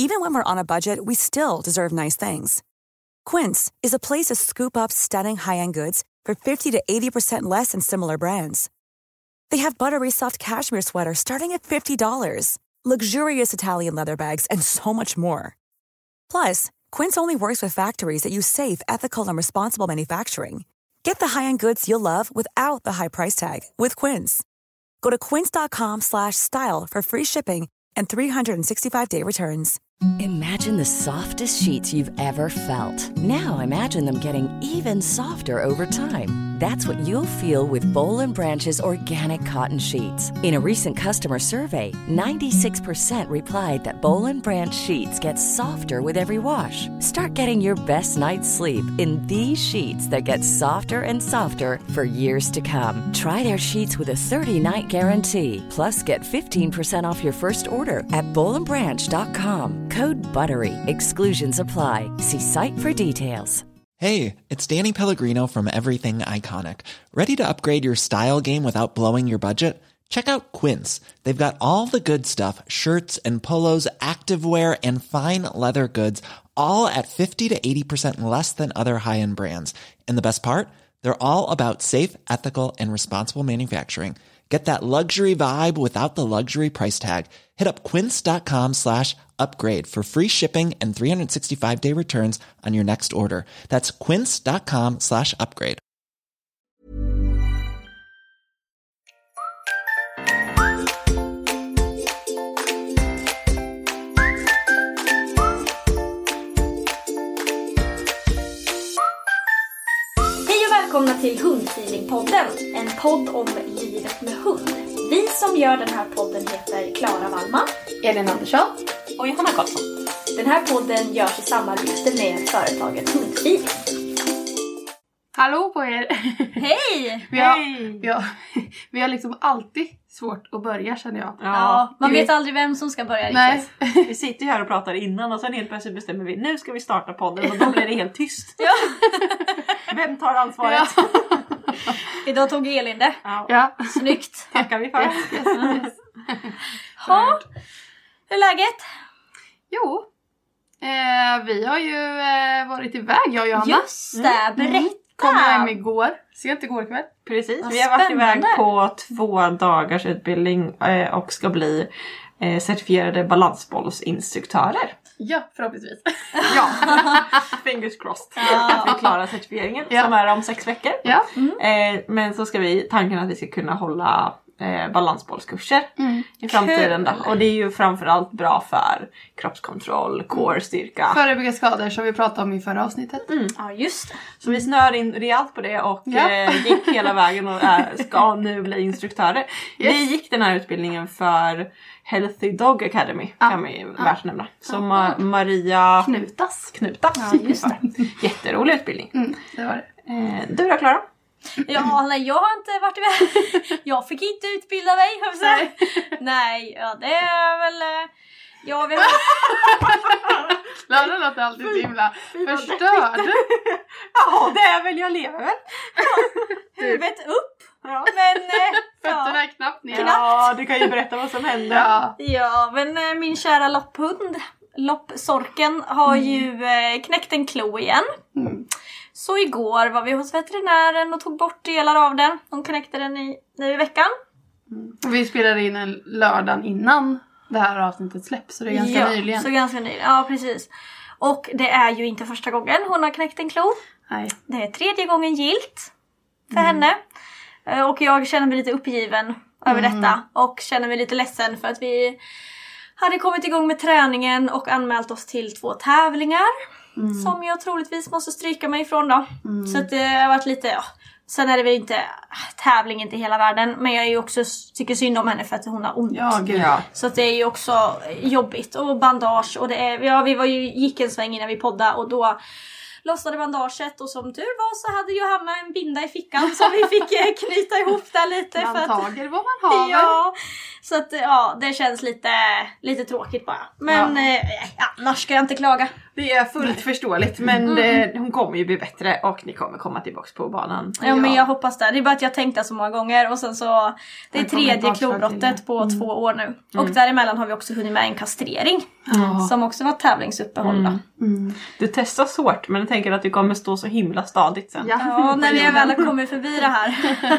Even when we're on a budget, we still deserve nice things. Quince is a place to scoop up stunning high-end goods for 50 to 80% less than similar brands. They have buttery soft cashmere sweaters starting at $50, luxurious Italian leather bags, and so much more. Plus, Quince only works with factories that use safe, ethical, and responsible manufacturing. Get the high-end goods you'll love without the high price tag with Quince. Go to quince.com/style for free shipping and 365-day returns. Imagine the softest sheets you've ever felt. Now imagine them getting even softer over time. That's what you'll feel with Boll & Branch's organic cotton sheets. In a recent customer survey, 96% replied that Boll & Branch sheets get softer with every wash. Start getting your best night's sleep in these sheets that get softer and softer for years to come. Try their sheets with a 30-night guarantee. Plus, get 15% off your first order at bollandbranch.com. Code BUTTERY. Exclusions apply. See site for details. Hey, it's Danny Pellegrino from Everything Iconic. Ready to upgrade your style game without blowing your budget? Check out Quince. They've got all the good stuff, shirts and polos, activewear, and fine leather goods, all at 50 to 80% less than other high-end brands. And the best part? They're all about safe, ethical, and responsible manufacturing. Get that luxury vibe without the luxury price tag. Hit up quince.com/upgrade for free shipping and 365-day returns on your next order. That's quince.com/upgrade. Hej och välkomna till Hundfeelingpodden, en podd om livet med hund. Vi som gör den här podden heter Klara Wallman, Elin Andersson och Johanna Karlsson. Den här podden görs i samarbete med företaget Hundfeeling. Hallå på er! Hej! Vi har liksom alltid svårt att börja, känner jag. Ja, man vet aldrig vem som ska börja riktigt. Nej. Vi sitter ju här och pratar innan och sen helt plötsligt bestämmer vi, nu ska vi starta podden, och då blir det helt tyst. Ja. Vem tar ansvaret? Ja. Idag tog Elin det. Ja. Snyggt. Tackar vi för. Yes. Ha. Hur är läget? Jo. Vi har ju varit iväg, jag och Johanna. Just det, berätta. Kom hem igår. Sent igår kväll. Precis, Vad vi har varit spännande. iväg på 2 dagars utbildning och ska bli certifierade balansbollsinstruktörer. Ja, förhoppningsvis. Ja, fingers crossed. Att vi klarar certifieringen som är om 6 veckor. Ja. Men så ska tanken att vi ska kunna hålla balansbollskurser i framtiden då. Och det är ju framförallt bra för kroppskontroll, core, styrka. Förebygga skador som vi pratade om i förra avsnittet. Ja, just det. Så vi snör in rejält på det och gick hela vägen och ska nu bli instruktörer. Yes. Vi gick den här utbildningen för Healthy Dog Academy, kan vi värt nämna. Som Maria Knutas. Ja, just det. Jätterolig utbildning. Det var det. Du då, Klara? Ja, nej, jag har inte varit iväg. Jag fick inte utbilda mig. Nej, ja, det är väl... Jag vet Klara låter alltid så himla förstörd. Ja, det är väl, jag lever väl. huvudet upp. Ja. Men... Fötterna är knappt ner. Ja, du kan ju berätta vad som hände. Ja, men min kära lopphund, loppsorken, har ju knäckt en klo igen. Så igår var vi hos veterinären och tog bort delar av den. De knäckte den nu i veckan. Vi spelade in en lördag innan det här avsnittet släpps, så det är ganska nyligen. Så ganska nyligen, ja precis. Och det är ju inte första gången hon har knäckt en klo. Nej. Det är 3:e gången gillt för henne. Och jag känner mig lite uppgiven över detta. Och känner mig lite ledsen för att vi hade kommit igång med träningen och anmält oss till 2 tävlingar. Som jag troligtvis måste stryka mig ifrån då. Så att det har varit lite... Ja. Sen är det väl inte tävling inte i hela världen. Men jag är ju också tycker synd om henne för att hon har ont. Ja. Så att det är ju också jobbigt. Och bandage. Och det är, vi gick en sväng innan vi poddade. Och då lossnade bandaget. Och som tur var så hade Johanna en binda i fickan. Som vi fick knyta ihop där lite. Man för att, tager vad man har. Ja, så att det känns lite tråkigt bara. Men annars ska jag inte klaga. Det är fullt förståeligt, men hon kommer ju bli bättre och ni kommer komma tillbaka på banan. Ja, men jag hoppas det. Det är bara att jag tänkte så många gånger och sen så det är tredje klobrottet på 2 år nu. Och däremellan har vi också hunnit med en kastrering som också var tävlingsuppehåll. Du testar svårt, men jag tänker att du kommer stå så himla stadigt sen. Ja, när vi väl har kommit förbi det här.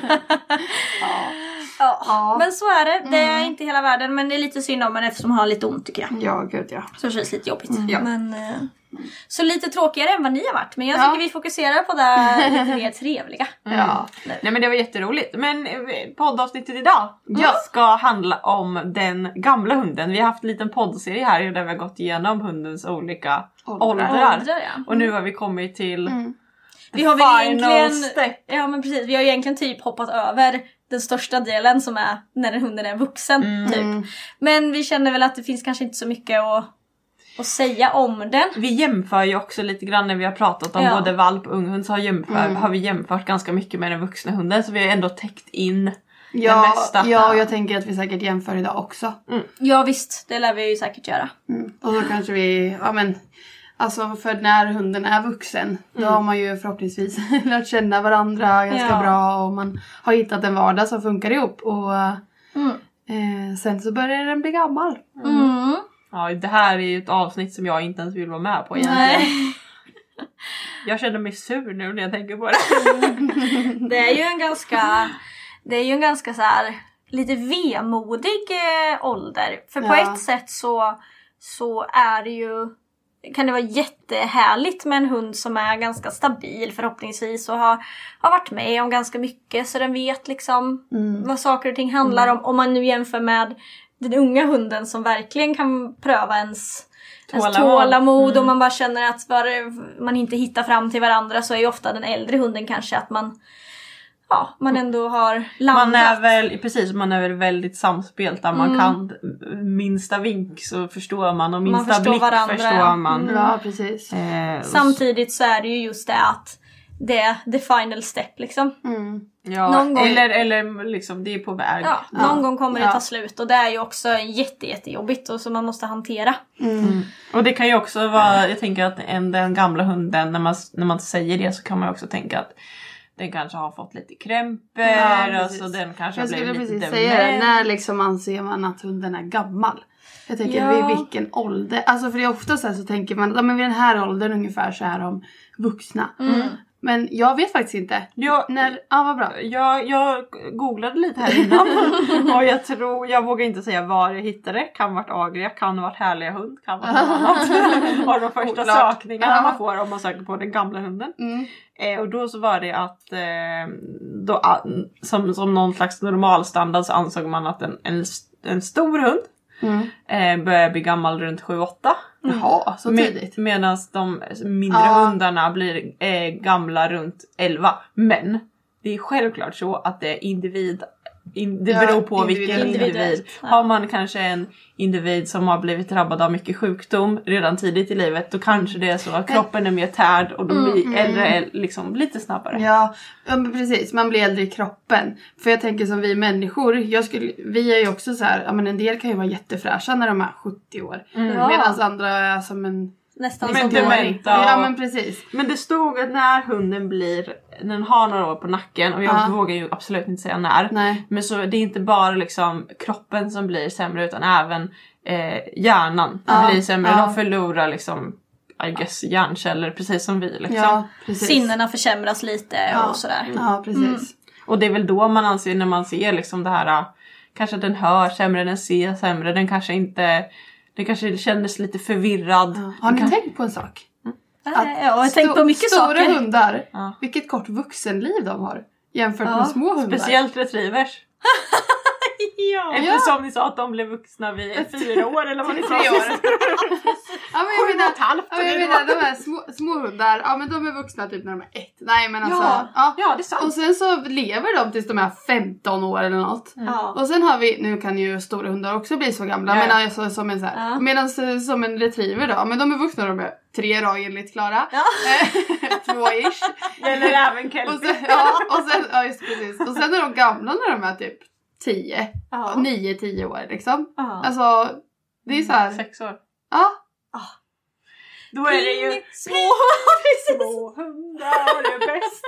Ja, men så är det. Det är inte hela världen, men det är lite synd om en eftersom man har lite ont tycker jag. Ja, gud ja. Så det känns lite jobbigt. Men, så lite tråkigare än vad ni har varit. Men jag tycker vi fokuserar på det lite mer trevliga. Ja. Nej, men det var jätteroligt. Men poddavsnittet idag ska handla om den gamla hunden. Vi har haft en liten poddserie här där vi har gått igenom hundens olika åldrar. Och nu har vi kommit till vi har väl egentligen, ja men precis, vi har egentligen typ hoppat över den största delen som är när hunden är vuxen typ. Men vi känner väl att det finns kanske inte så mycket att säga om den. Vi jämför ju också lite grann när vi har pratat om både valp och unghund, så har vi jämfört ganska mycket med den vuxna hunden, så vi har ändå täckt in det mesta. Ja, och jag tänker att vi säkert jämför idag också. Ja visst, det lär vi ju säkert göra. Och då kanske vi, alltså för när hunden är vuxen, då har man ju förhoppningsvis lärt känna varandra ganska bra och man har hittat en vardag som funkar ihop och sen så börjar den bli gammal. Ja, det här är ju ett avsnitt som jag inte ens vill vara med på egentligen. Nej. Jag känner mig sur nu när jag tänker på det. Det är ju en ganska så här lite vemodig ålder. För på ett sätt så är det ju, kan det vara jättehärligt med en hund som är ganska stabil förhoppningsvis och har varit med om ganska mycket, så den vet liksom vad saker och ting handlar om. Om man nu jämför med den unga hunden som verkligen kan pröva ens tålamod och man bara känner att man inte hittar fram till varandra, så är ju ofta den äldre hunden kanske att man ändå har landat. Man är väl väldigt samspelt där man kan minsta vink så förstår man och minsta blick varandra, förstår man. Ja, precis. Samtidigt så är det ju just det att det är the final step liksom. Ja, någon gång, eller liksom det är på väg. Ja, någon gång kommer det ta slut och det är ju också jättejobbigt och som man måste hantera. Och det kan ju också vara, jag tänker att den gamla hunden, när man säger det så kan man också tänka att den kanske har fått lite krämper, alltså den kanske har blivit lite precis säga det. När liksom anser man att hunden är gammal? Jag tänker vid vilken ålder? Alltså för det är ofta så tänker man att vid den här åldern ungefär så är de vuxna. Men jag vet faktiskt inte. Vad bra. Jag googlade lite här innan. Och jag vågar inte säga var jag hittade det. Kan varit agriga, kan varit härliga hund, kan varit annat. Var de första sökningarna man får om man söker på den gamla hunden. Och då så var det att som någon slags normalstandard så ansåg man att en stor hund börjar bli gammal runt 7-8. Jaha, så tidigt. Medan de mindre hundarna blir gamla runt 11. Men det är självklart så att det är det beror på vilken individ. Har man kanske en individ som har blivit drabbad av mycket sjukdom redan tidigt i livet, då kanske det är så att kroppen är mer tärd och då blir äldre liksom lite snabbare. Ja, men precis. Man blir äldre i kroppen. För jag tänker som vi människor, vi är ju också så här, en del kan ju vara jättefräscha när de är 70 år. Medan andra är som en nästan som dementa. Ja, men precis. Men det stod att när hunden den har några år på nacken, och jag vågar ju absolut inte säga när. Nej. Men så det är inte bara liksom kroppen som blir sämre, utan även hjärnan blir sämre. De förlorar liksom hjärnceller precis som vi liksom. Ja, precis. Sinnena försämras lite och sådär. Ja, precis. Och det är väl då man anser, när man ser liksom det här, kanske den hör sämre, den ser sämre, den kanske kändes lite förvirrad. Ja. Har ni tänkt på en sak? Jag har tänkt på mycket stora saker. Hundar, vilket kort vuxenliv de har jämfört med små hundar. Speciellt retrievers. Eftersom ni sa att de blev vuxna vid 4 år eller vad ni sa. 3 år. Jag menar de här små hundar, men de är vuxna typ när de är 1. Nej men alltså. Ja, det är sant. Och sen så lever de tills de är 15 år eller något. Och sen har vi, nu kan ju stora hundar också bli så gamla, men alltså som en så här, medan som en retriever då, men de är vuxna, de är 3 då enligt Klara. 2-ish. Eller även Kelpie. Och sen just precis. Och sen är de gamla när de är typ 9-10 år liksom. Alltså det är så här 6 år. Då är det ju små hundar är bäst.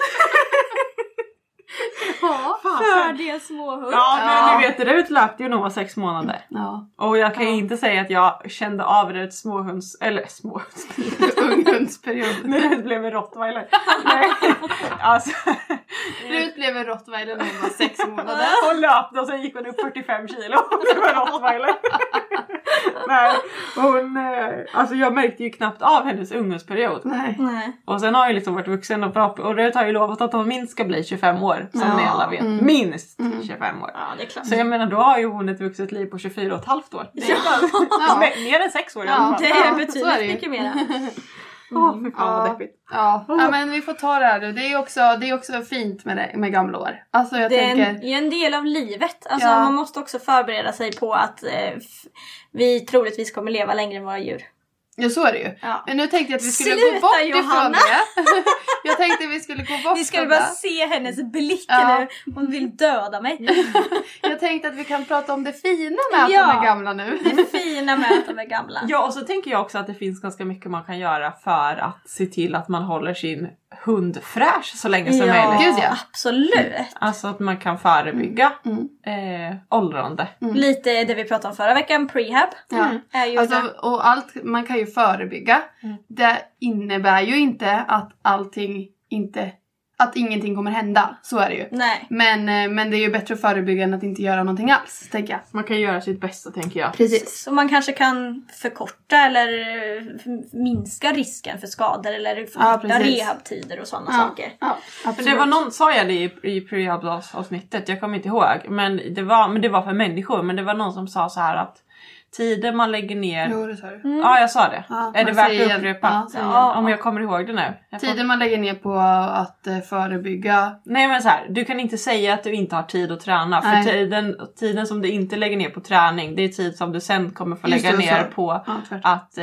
Ja, för det småhund. Ja, men ni vet, det utlöpte ju nog var 6 månader. Ja. Och jag kan ju inte säga att jag kände av det ett unghundsperiod. När det blev en rottweiler. Nej, alltså. Rut blev en rottweiler när hon var 6 månader. Hon löpte och sen gick hon upp 45 kilo. Det var rottweiler. Nej, hon, alltså jag märkte ju knappt av hennes ungdomsperiod. Nej. Och sen har jag liksom varit vuxen och Rut har ju lovat att hon minst ska bli 25 år. Som ni alla vet. Minst 25 år. Ja, det är klart. Så jag menar, då har ju hon ett vuxet liv på 24,5 år. Det är mer än 6 år i alla fall. Det är betydligt mycket mer. Fy fan vad deppigt. Ja, men vi får ta det här nu. Det är också fint med gamla år. Alltså jag det tänker... är en del av livet. Alltså man måste också förbereda sig på att vi troligtvis kommer leva längre än våra djur. Ja, så är det ju. Ja. Men nu tänkte jag att vi skulle gå bort ifrån det. Jag tänkte att vi skulle gå bort. Vi skulle bara se hennes blick nu. Hon vill döda mig. Jag tänkte att vi kan prata om det fina med att de är gamla nu. Det fina med att de är gamla. Ja, och så tänker jag också att det finns ganska mycket man kan göra för att se till att man håller sin hund fräsch så länge som möjligt. Gud, ja. Absolut. Alltså att man kan förebygga åldrande. Lite det vi pratade om förra veckan, prehab. Är ju alltså, och allt man kan ju förebygga. Det innebär ju inte att att ingenting kommer hända. Så är det ju. Nej. Men det är ju bättre att förebygga än att inte göra någonting alls, tänker jag. Man kan göra sitt bästa, tänker jag. Precis. Så man kanske kan förkorta eller minska risken för skador eller förkorta rehabtider och sådana saker. Ja, absolut. Det var någon, sa jag det i prehab-avsnittet, jag kommer inte ihåg. Men det var för människor. Men det var någon som sa så här att tiden man lägger ner... Jo, det sa du. Ja, jag sa det. Är det värt att upprepa? Om jag kommer ihåg det nu. Tiden man lägger ner på att förebygga... Nej, men så här. Du kan inte säga att du inte har tid att träna. För tiden som du inte lägger ner på träning, det är tid som du sen kommer få lägga ner på att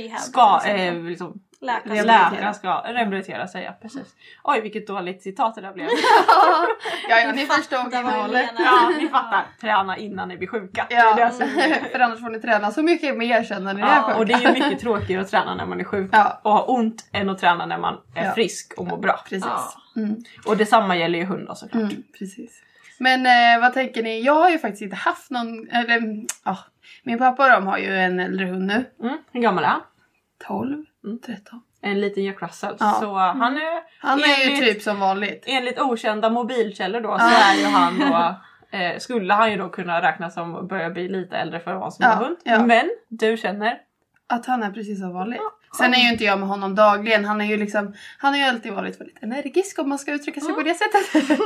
läkare ska rehabilitera sig. Ja, precis. Oj, vilket dåligt citat det där blev. Ja, ni förstår innehållet. Ja, ni fattar. Träna innan ni blir sjuka. Ja, för annars får ni träna så mycket mer sen när ni är sjuka. Och det är ju mycket tråkigare att träna när man är sjuk och har ont än att träna när man är frisk och mår bra. Precis. Och detsamma gäller ju hundar såklart. Precis. Men vad tänker ni? Jag har ju faktiskt inte haft någon... min pappa och de har ju en äldre hund nu. Hur gammal är han? 12, 13. En liten Jack Russell. Så han är ju typ som vanligt. Enligt okända mobilkällor då så är ju han då... skulle han ju då kunna räknas som börjar bli lite äldre för att vara som hund. Ja. Men du känner... Att han är precis som vanligt. Sen är ju inte jag med honom dagligen. Han är ju alltid varit väldigt energisk om man ska uttrycka sig på det sättet.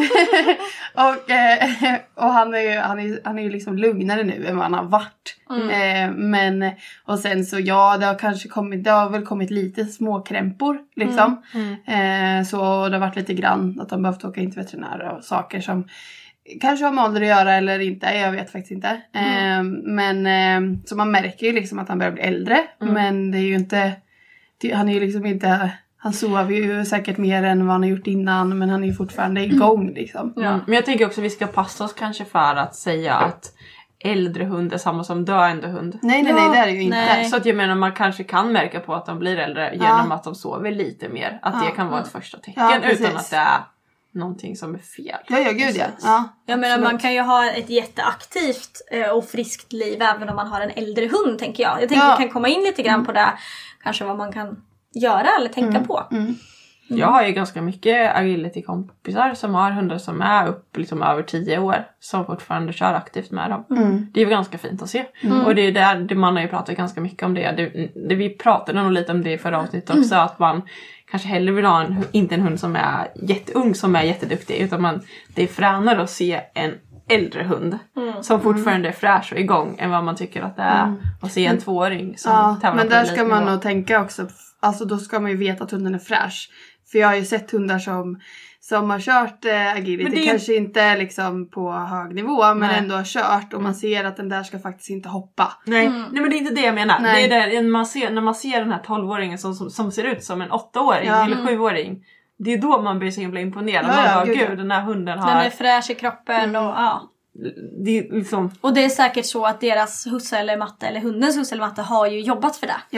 och han är ju liksom lugnare nu än vad han har varit. Men och sen så det har väl kommit lite småkrämpor liksom. Så det har varit lite grann att de behövt åka in till veterinärer och saker som kanske har med ålder att göra eller inte, jag vet faktiskt inte. Men så man märker ju liksom att han börjar bli äldre. Men det är ju inte, han är ju liksom inte, han sover ju säkert mer än vad han har gjort innan. Men han är ju fortfarande igång liksom. Men jag tänker också att vi ska passa oss kanske för att säga att äldre hund är samma som döende hund. Nej, det är det ju inte. Nej. Så att jag menar, man kanske kan märka på att de blir äldre genom att de sover lite mer. Att det kan vara ett första tecken utan att det är någonting som är fel. Ja, gud ja. Jag menar, man kan ju ha ett jätteaktivt och friskt liv även om man har en äldre hund, tänker jag. Jag tänker att vi kan komma in lite grann på det. Kanske vad man kan göra eller tänka på. Jag har ju ganska mycket agility-kompisar som har hundar som är upp liksom över 10 år. Som fortfarande kör aktivt med dem. Det är ju ganska fint att se. Och det är där man har ju pratat ganska mycket om det. Vi pratade nog lite om det i förra avsnittet också. Att man kanske hellre vill ha inte en hund som är jätteung som är jätteduktig. Utan det är fränare att se en äldre hund som fortfarande är fräsch och igång än vad man tycker att det är att se en 2-åring som tävlar. Men där ska man nog tänka också. Alltså då ska man ju veta att hunden är fräsch. För jag har ju sett hundar som har kört agility. Kanske inte liksom på hög nivå. Men ändå har kört. Och man ser att den där ska faktiskt inte hoppa. Nej, men det är inte det jag menar. Nej. Det är där, när man ser den här 12-åringen som ser ut som en 8-åring eller 7-åring. Det är då man blir så himla imponerad. Gud, den här hunden har... Den är fräsch i kroppen och Det är liksom... Och det är säkert så att deras husse eller matte eller hundens husse eller matte har ju jobbat för det. Ja.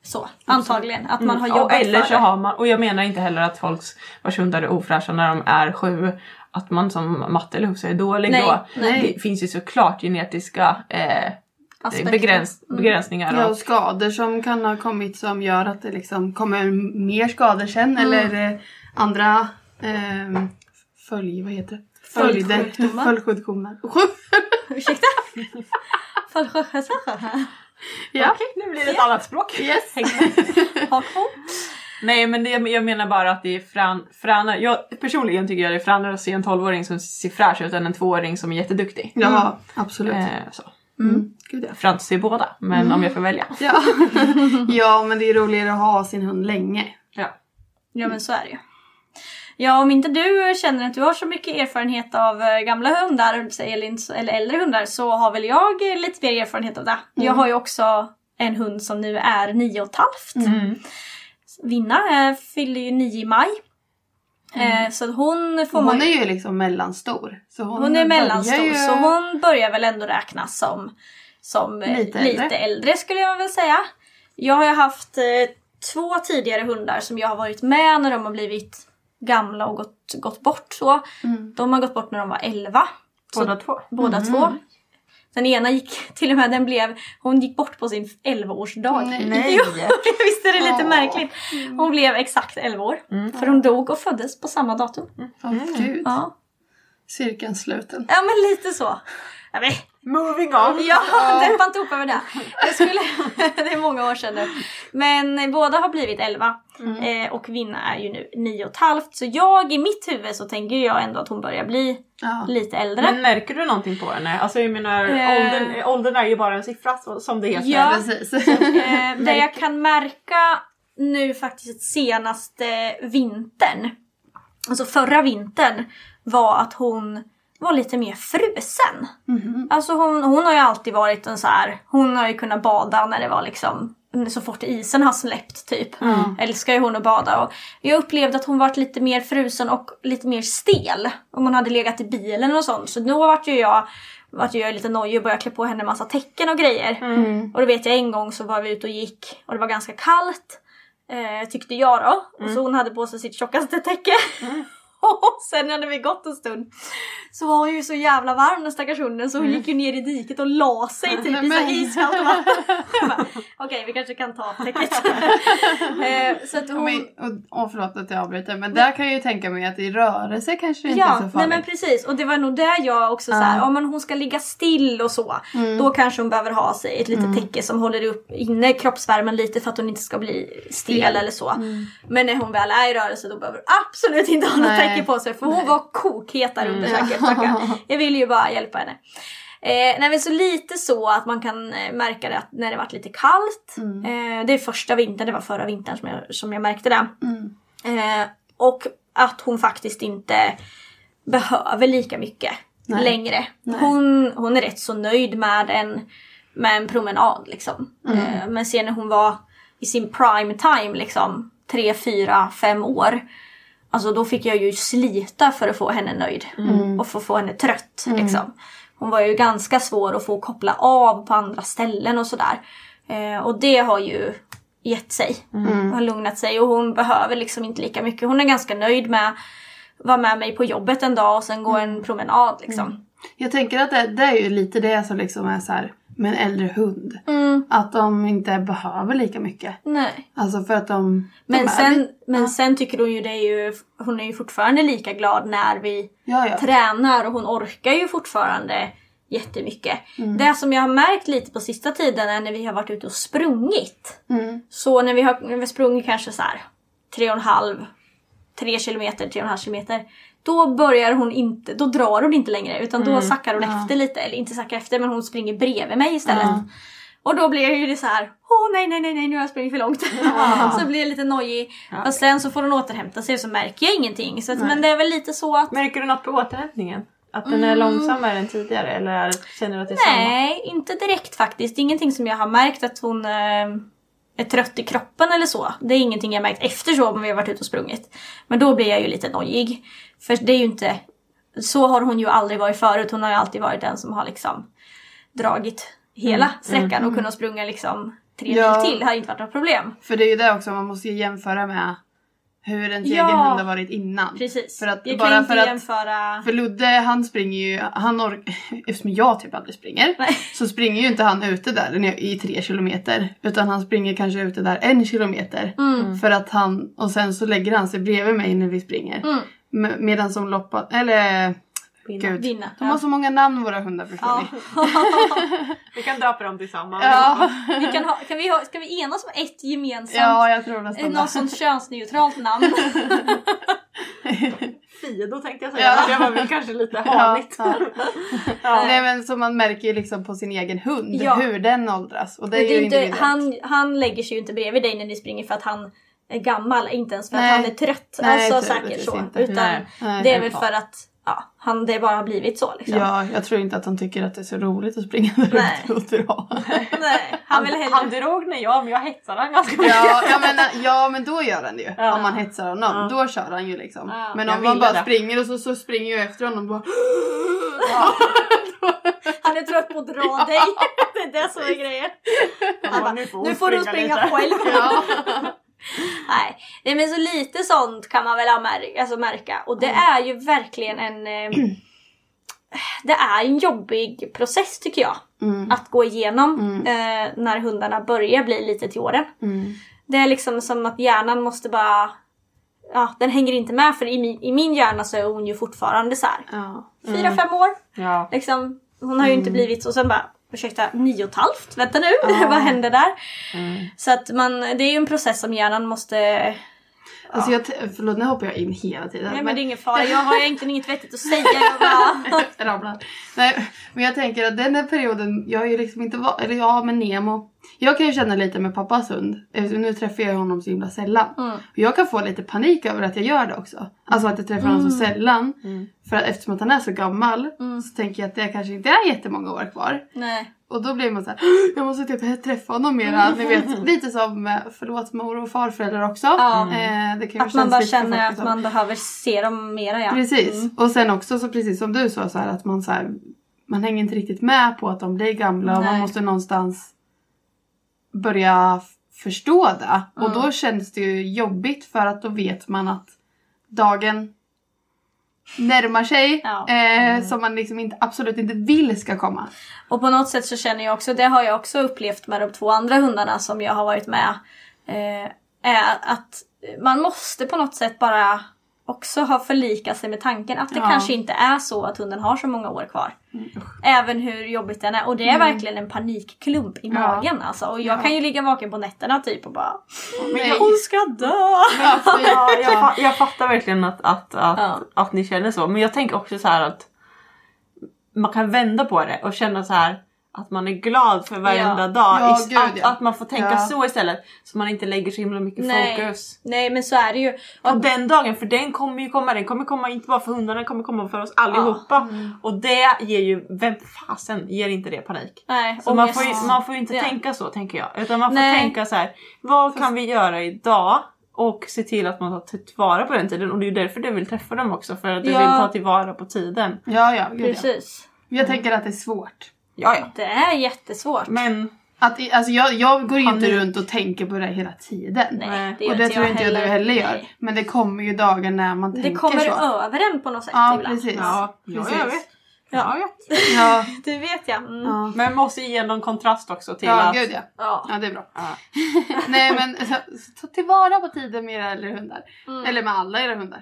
Så, antagligen. Att man har jobbat eller för så det. har man, och jag menar inte heller att folks vars hundar är ofräscha när de är 7, att man som matte eller husse är dålig då. Nej. Det finns ju såklart genetiska begränsningar. Ja, och skador som kan ha kommit som gör att det liksom kommer mer skador sen. Eller andra följdsjukdomar. Ursäkta? Ja, Okej, nu blir det ett annat språk. yes. Nej, men jag menar bara att det är fränare. Jag personligen tycker jag det är fränare att se en 12-åring som ser fräsch ut än en 2-åring som är jätteduktig. Ja, absolut. Så. Gud, ja. Frans ser båda, men om jag får välja. Ja. Ja, men det är roligare att ha sin hund länge. Ja, men så är det ju. Ja, om inte du känner att du har så mycket erfarenhet av gamla hundar eller äldre hundar, så har väl jag lite mer erfarenhet av det. Jag har ju också en hund som nu är 9,5. Vinna fyller ju 9 i maj. Så hon är ju liksom mellanstor. Så hon är mellanstor, så hon börjar väl ändå räknas som lite äldre skulle jag väl säga. Jag har ju haft 2 tidigare hundar som jag har varit med när de har blivit gamla och gått bort så. De har gått bort när de var 11. Båda två. Den ena gick till och med, hon gick bort på sin 11-årsdag. Nej. Visst är det lite märkligt. Hon blev exakt 11 år. För hon dog och föddes på samma datum. Gud. Ja. Cirkeln sluten. Ja, men lite så. Ja, men. Moving on. Ja, dämpa inte upp över det. Det är många år sedan nu. Men båda har blivit 11. Och Vinna är ju nu 9,5. Så i mitt huvud så tänker jag ändå att hon börjar bli lite äldre. Men märker du någonting på henne? Alltså jag menar, åldern är ju bara en siffra som det heter. Ja, precis. Det jag kan märka nu faktiskt senaste vintern, alltså förra vintern, var att hon var lite mer frusen. Alltså hon har ju alltid varit en så här, hon har ju kunnat bada när det var liksom så fort isen har släppt typ. Älskar ju hon att bada, och jag upplevde att hon var lite mer frusen och lite mer stel om hon hade legat i bilen och sånt. Så då vart jag lite nojig och började klä på henne en massa tecken och grejer. Och då vet jag en gång så var vi ute och gick och det var ganska kallt, tyckte jag då. Och så hon hade på sig sitt tjockaste täcke. Och sen när vi gått en stund så var hon ju så jävla varm, den stackars hunden, så hon gick ju ner i diket och la sig typ i så iskallt vatten. Okej, vi kanske kan ta täcket. Så att hon... förlåt att jag avbryter, men där kan jag ju tänka mig att i rörelse kanske inte är så farligt. Nej men precis, och det var nog där jag också så här, om hon ska ligga still och så, då kanske hon behöver ha sig ett litet täcke som håller upp inne kroppsvärmen lite för att hon inte ska bli stel eller så. Men när hon väl är i rörelse, då behöver hon absolut inte ha något täcke på sig, för hon var kokhet där under säkert. Jag vill ju bara hjälpa henne. Nej, men så lite så att man kan märka det att när det varit lite kallt. Det är första vintern, det var förra vintern som jag märkte det. Och att hon faktiskt inte behöver lika mycket längre. Hon är rätt så nöjd med en promenad liksom. Men sen när hon var i sin prime time liksom 3, 4, 5 år, alltså då fick jag ju slita för att få henne nöjd. Och få henne trött liksom. Hon var ju ganska svår att få koppla av på andra ställen och sådär. Och det har ju gett sig. Har lugnat sig. Och hon behöver liksom inte lika mycket. Hon är ganska nöjd med att vara med mig på jobbet en dag och sen gå en promenad liksom. Jag tänker att det är ju lite det som liksom är så här med en äldre hund. Att de inte behöver lika mycket. Nej. Alltså för att de sen tycker hon ju det är ju, hon är ju fortfarande lika glad när vi tränar, och hon orkar ju fortfarande jättemycket. Det som jag har märkt lite på sista tiden är när vi har varit ute och sprungit. Så när vi har sprungit kanske så här 3 kilometer, 3,5 kilometer, då då drar hon inte längre, utan då sackar hon efter lite, eller inte sackar efter, men hon springer bredvid mig istället. Och då blir ju det så här, nej, nu har jag sprungit för långt. Så blir jag lite nojig. Och sen så får hon återhämta sig, så märker jag ingenting. Så att, men det är väl lite så att... Märker du något på återhämtningen? Att den är långsammare än tidigare? Eller känner du att det är samma? Nej, inte direkt faktiskt. Ingenting som jag har märkt att hon är trött i kroppen eller så. Det är ingenting jag märkt efter så, om vi har varit ute och sprungit. Men då blir jag ju lite nojig. För det är ju inte... Så har hon ju aldrig varit förut. Hon har ju alltid varit den som har liksom dragit hela sträckan och kunnat sprunga liksom 3 mil till har inte varit något problem. För det är ju det också, man måste ju jämföra med hur en egen hund har varit innan. Precis. För att, jag bara kan inte för att, jämföra... För Ludde, han springer ju, eftersom jag typ aldrig springer, så springer ju inte han ute där i 3 kilometer. Utan han springer kanske ute där 1 kilometer. För att och sen så lägger han sig bredvid mig när vi springer. Medan som loppa, eller... Vinna. De har så många namn, våra hundar, förstår ni. Vi kan döpa dem tillsammans. Ja. Ska vi enas om ett gemensamt? Ja, jag tror nästan något sånt könsneutralt namn. Fido tänkte jag säga. Det var väl kanske lite hanigt. Nej, men så man märker ju liksom på sin egen hund hur den åldras. Och det är ju inte, han lägger sig ju inte bredvid dig när ni springer för att han är gammal. Inte ens för att han är trött. Nej, alltså säkert så. Inte. Utan det är väl för att det bara har blivit så liksom. Ja, jag tror inte att han tycker att det är så roligt att springa där ute och dra. Nej, han drog när men jag hetsar han ganska mycket. Men då gör han det ju. Om man hetsar honom, då kör han ju liksom. Men om man bara springer och så springer jag efter honom bara... Han är trött på att dra dig. Det är det som är grejen. Nu får du springa själv. Nej, men så lite sånt kan man väl märka. Och det är ju verkligen det är en jobbig process tycker jag. Att gå igenom när hundarna börjar bli lite till åren. Det är liksom som att hjärnan måste bara... den hänger inte med, för i min hjärna så är hon ju fortfarande så här 4-5 år. Ja. Liksom, hon har ju inte blivit så, sen bara... Ursäkta, 9,5. Vänta nu, vad händer där? Så att det är ju en process som hjärnan måste... Alltså förlåt, nu hoppar jag in hela tiden. Nej, men det är ingen fara. Jag har egentligen inget vettigt att säga. Jag bara... Rabblar. Nej, men jag tänker att den här perioden, jag har ju liksom inte varit... Eller med Nemo. Jag kan ju känna lite med pappas hund. Nu träffar jag honom så himla sällan. Och jag kan få lite panik över att jag gör det också. Alltså att jag träffar honom så sällan. För att eftersom att han är så gammal så tänker jag att det kanske inte är jättemånga år kvar. Nej. Och då blir man så här, jag måste typ träffa honom mera. Ni vet, lite som, förlåt, mor och farföräldrar också. Det kan ju att man bara känner att man behöver se dem mera, ja. Precis. Och sen också, så precis som du sa, så här, att man så här, man hänger inte riktigt med på att de blir gamla. Och man måste någonstans börja förstå det. Och då känns det ju jobbigt, för att då vet man att dagen närmar sig som man liksom absolut inte vill ska komma. Och på något sätt så känner jag också, det har jag också upplevt med de 2 andra hundarna som jag har varit med, är att man måste på något sätt bara också ha förlikat sig med tanken att det kanske inte är så att hunden har så många år kvar. Även hur jobbigt den är. Och det är verkligen en panikklump i magen. Alltså. Och jag kan ju ligga vaken på nätterna typ och bara... Men hon ska dö! Jag fattar verkligen att ni känner så. Men jag tänker också så här att man kan vända på det och känna så här att man är glad för varenda dag. Att man får tänka så istället. Så man inte lägger så himla mycket fokus. Nej, men så är det ju. Och den dagen, för den kommer ju komma. Den kommer komma inte bara för hundarna, den kommer komma för oss allihopa. Och det ger ju, vem fasen ger inte det panik? Nej, så man får ju inte tänka så, tänker jag. Utan man får tänka så här, vad kan vi göra idag? Och se till att man tar tillvara på den tiden. Och det är ju därför du vill träffa dem också. För att du vill ta tillvara på tiden. Ja, precis. Jag tänker att det är svårt. Ja. Det är jättesvårt. Men alltså jag går ju inte runt och tänker på det hela tiden. Nej, och det tror inte jag du heller gör. Men det kommer ju dagar när man tänker så. Det kommer över en på något sätt ibland. Precis. Ja, precis. Jag vet. Ja, det vet jag. Men måste ge någon kontrast också till att... Gud, ja, det är bra. Nej, men ta tillvara på tiden med era äldre hundar. Eller med alla era hundar.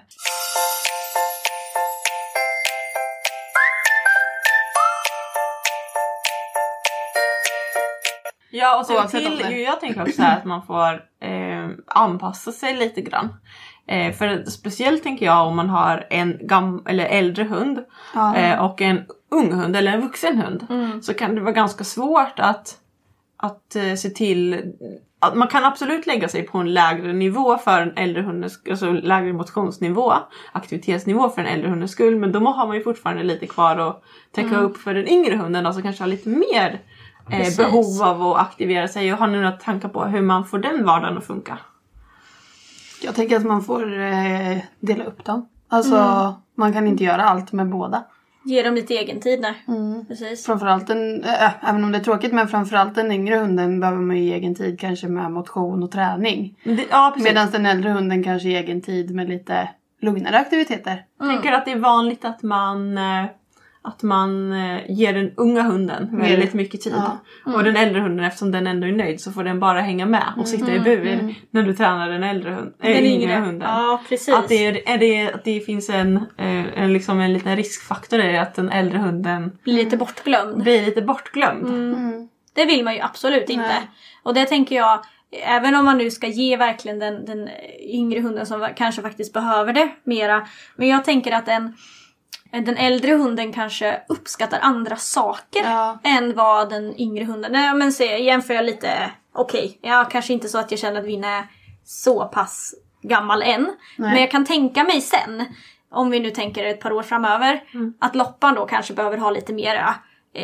Ja, och så jag tänker också så här att man får anpassa sig lite grann. För speciellt tänker jag om man har en äldre hund och en ung hund eller en vuxen hund. Så kan det vara ganska svårt att se till att man kan absolut lägga sig på en lägre nivå för en äldre hund, alltså lägre motionsnivå, aktivitetsnivå för en äldre hundens skull. Men då har man ju fortfarande lite kvar att täcka upp för den yngre hunden, alltså kanske har lite mer behov av att aktivera sig. Och har ni några tankar på hur man får den vardagen att funka? Jag tänker att man får dela upp dem. Alltså man kan inte göra allt med båda. Ge dem lite egen tid där. Precis. Framförallt även om det är tråkigt, men framförallt den yngre hunden behöver man ju egen tid kanske med motion och träning. Medan den äldre hunden kanske egen tid med lite lugnare aktiviteter. Jag tänker att det är vanligt att man ger den unga hunden väldigt mycket tid. Och den äldre hunden, eftersom den ändå är nöjd, så får den bara hänga med och sitta i bur när du tränar den yngre hunden. Ja, precis. Att det finns en liten riskfaktor i att den äldre hunden blir lite bortglömd. Det vill man ju absolut inte. Nej. Och det tänker jag, även om man nu ska ge verkligen den yngre hunden som kanske faktiskt behöver det mera. Men jag tänker att den äldre hunden kanske uppskattar andra saker än vad den yngre hunden. Nej, men jämför jag lite, okej. Jag kanske inte så att jag känner att Vinn är så pass gammal än. Nej. Men jag kan tänka mig sen, om vi nu tänker ett par år framöver, att Loppan då kanske behöver ha lite mera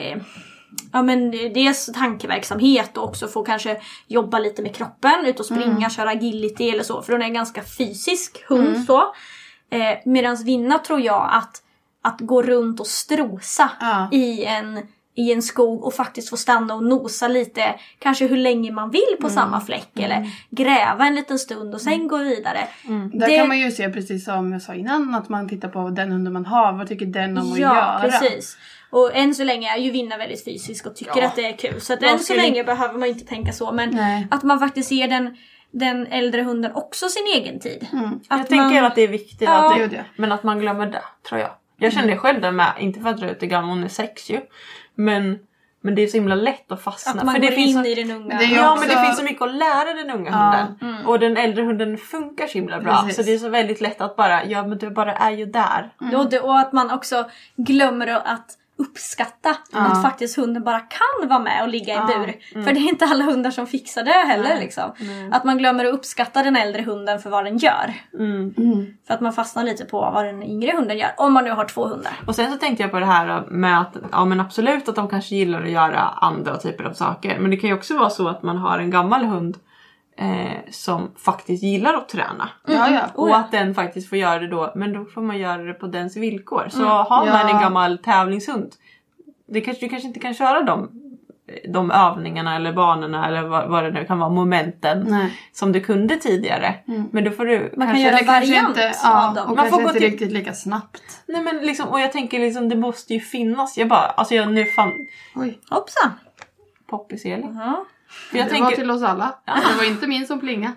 dels tankeverksamhet och också få kanske jobba lite med kroppen, ut och springa, köra agility eller så. För hon är en ganska fysisk hund så. Medans Vinna tror jag att gå runt och strosa i en skog och faktiskt få stanna och nosa lite, kanske hur länge man vill på samma fläck eller gräva en liten stund och sen gå vidare. Där kan man ju se, precis som jag sa innan, att man tittar på den hunden man har, vad tycker den om att göra. Ja, precis. Och än så länge är ju Vinna väldigt fysisk och tycker att det är kul. Så att än så länge behöver man inte tänka så. Men att man faktiskt ger den äldre hunden också sin egen tid. Jag tänker att det är viktigt men att man glömmer det, tror jag. Jag känner det själv där med, inte för att dra ut det gamla, hon är 6 ju. Men det är så himla lätt att fastna. Att man för går det finns in i den unga. Men det finns så mycket att lära den unga hunden. Och den äldre hunden funkar så himla bra. Precis. Så det är så väldigt lätt att men du bara är ju där. Och att man också glömmer att uppskatta att faktiskt hunden bara kan vara med och ligga i en bur. För det är inte alla hundar som fixar det heller. Liksom. Att man glömmer att uppskatta den äldre hunden för vad den gör. För att man fastnar lite på vad den yngre hunden gör. Om man nu har 2 hundar. Och sen så tänkte jag på det här med att men absolut att de kanske gillar att göra andra typer av saker. Men det kan ju också vara så att man har en gammal hund som faktiskt gillar att träna. Och att den faktiskt får göra det då. Men då får man göra det på dens villkor. Så har man en gammal tävlingshund, du kanske inte kan köra de övningarna eller banorna eller vad det nu kan vara, momenten som du kunde tidigare. Men då får du man kan göra variant av dem. Och man får gå inte riktigt lika snabbt. Nej, men liksom, och jag tänker liksom, det måste ju finnas. Jag nu fan. Oj, hoppsan. Poppis Elin. Det var till oss alla. Det var inte min som plinga.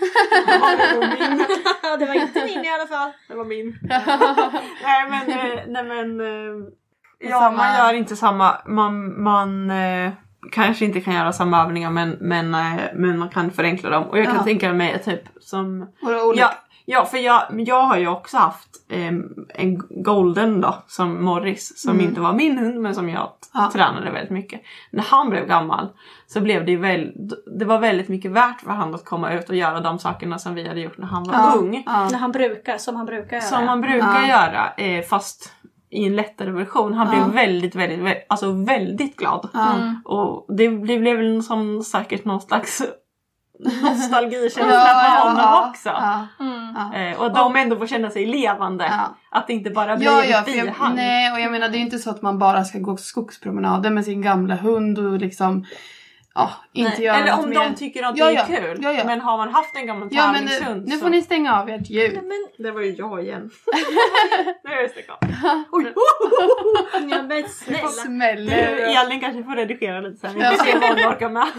Det var inte min i alla fall. Det var min. Man gör inte samma. Man kanske inte kan göra samma övningar, men man kan förenkla dem. Och jag kan tänka mig typ som för jag har ju också haft en golden då, som Morris, som inte var min hund, men som jag tränade väldigt mycket. När han blev gammal så blev det var väldigt mycket värt för han att komma ut och göra de sakerna som vi hade gjort när han var ung. När han brukar, som han brukar göra, fast i en lättare version. Han blev väldigt, väldigt, alltså väldigt glad. Och det blev väl som säkert någon slags nostalgikänsla för honom också. Och de ändå får känna sig levande. Att det inte bara blir ett bihang. Nej, och jag menar, det är inte så att man bara ska gå skogspromenader med sin gamla hund och liksom inte göra eller något om mer. de tycker att det är kul. Men har man haft en gammal tävlingshund nu får ni stänga av ert ljud. Det var ju jag igen. Nu är det stängt av. Ja, men snälla. Elin kanske får redigera lite sen. Vi får se vad hon orkar med.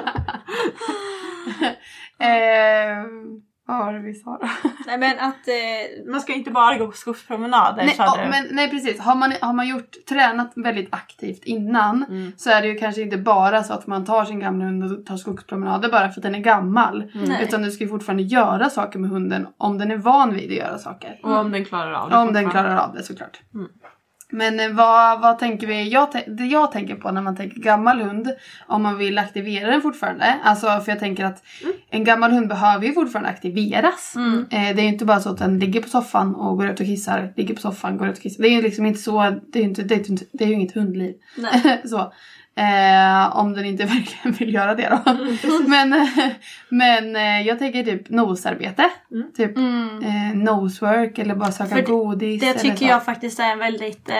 Vad var det vi sa då? Nej, men att man ska inte bara gå på skogspromenader. Nej, precis. Har man tränat väldigt aktivt innan så är det ju kanske inte bara så att man tar sin gamla hund och tar skogspromenader bara för att den är gammal. Utan du ska ju fortfarande göra saker med hunden om den är van vid att göra saker. Och om den klarar av det. Om den klarar av det, såklart. Men vad tänker vi? Det jag tänker på när man tänker gammal hund, om man vill aktivera den fortfarande. Alltså, för jag tänker att en gammal hund behöver ju fortfarande aktiveras. Det är ju inte bara så att den ligger på soffan och går ut och kissar. Ligger på soffan, går ut och kissar. Det är ju liksom inte så. Det är ju inget hundliv. Så. Om den inte verkligen vill göra det då. Men jag tänker typ nosarbete. Typ nosework eller bara söka godis. Det tycker jag faktiskt är en väldigt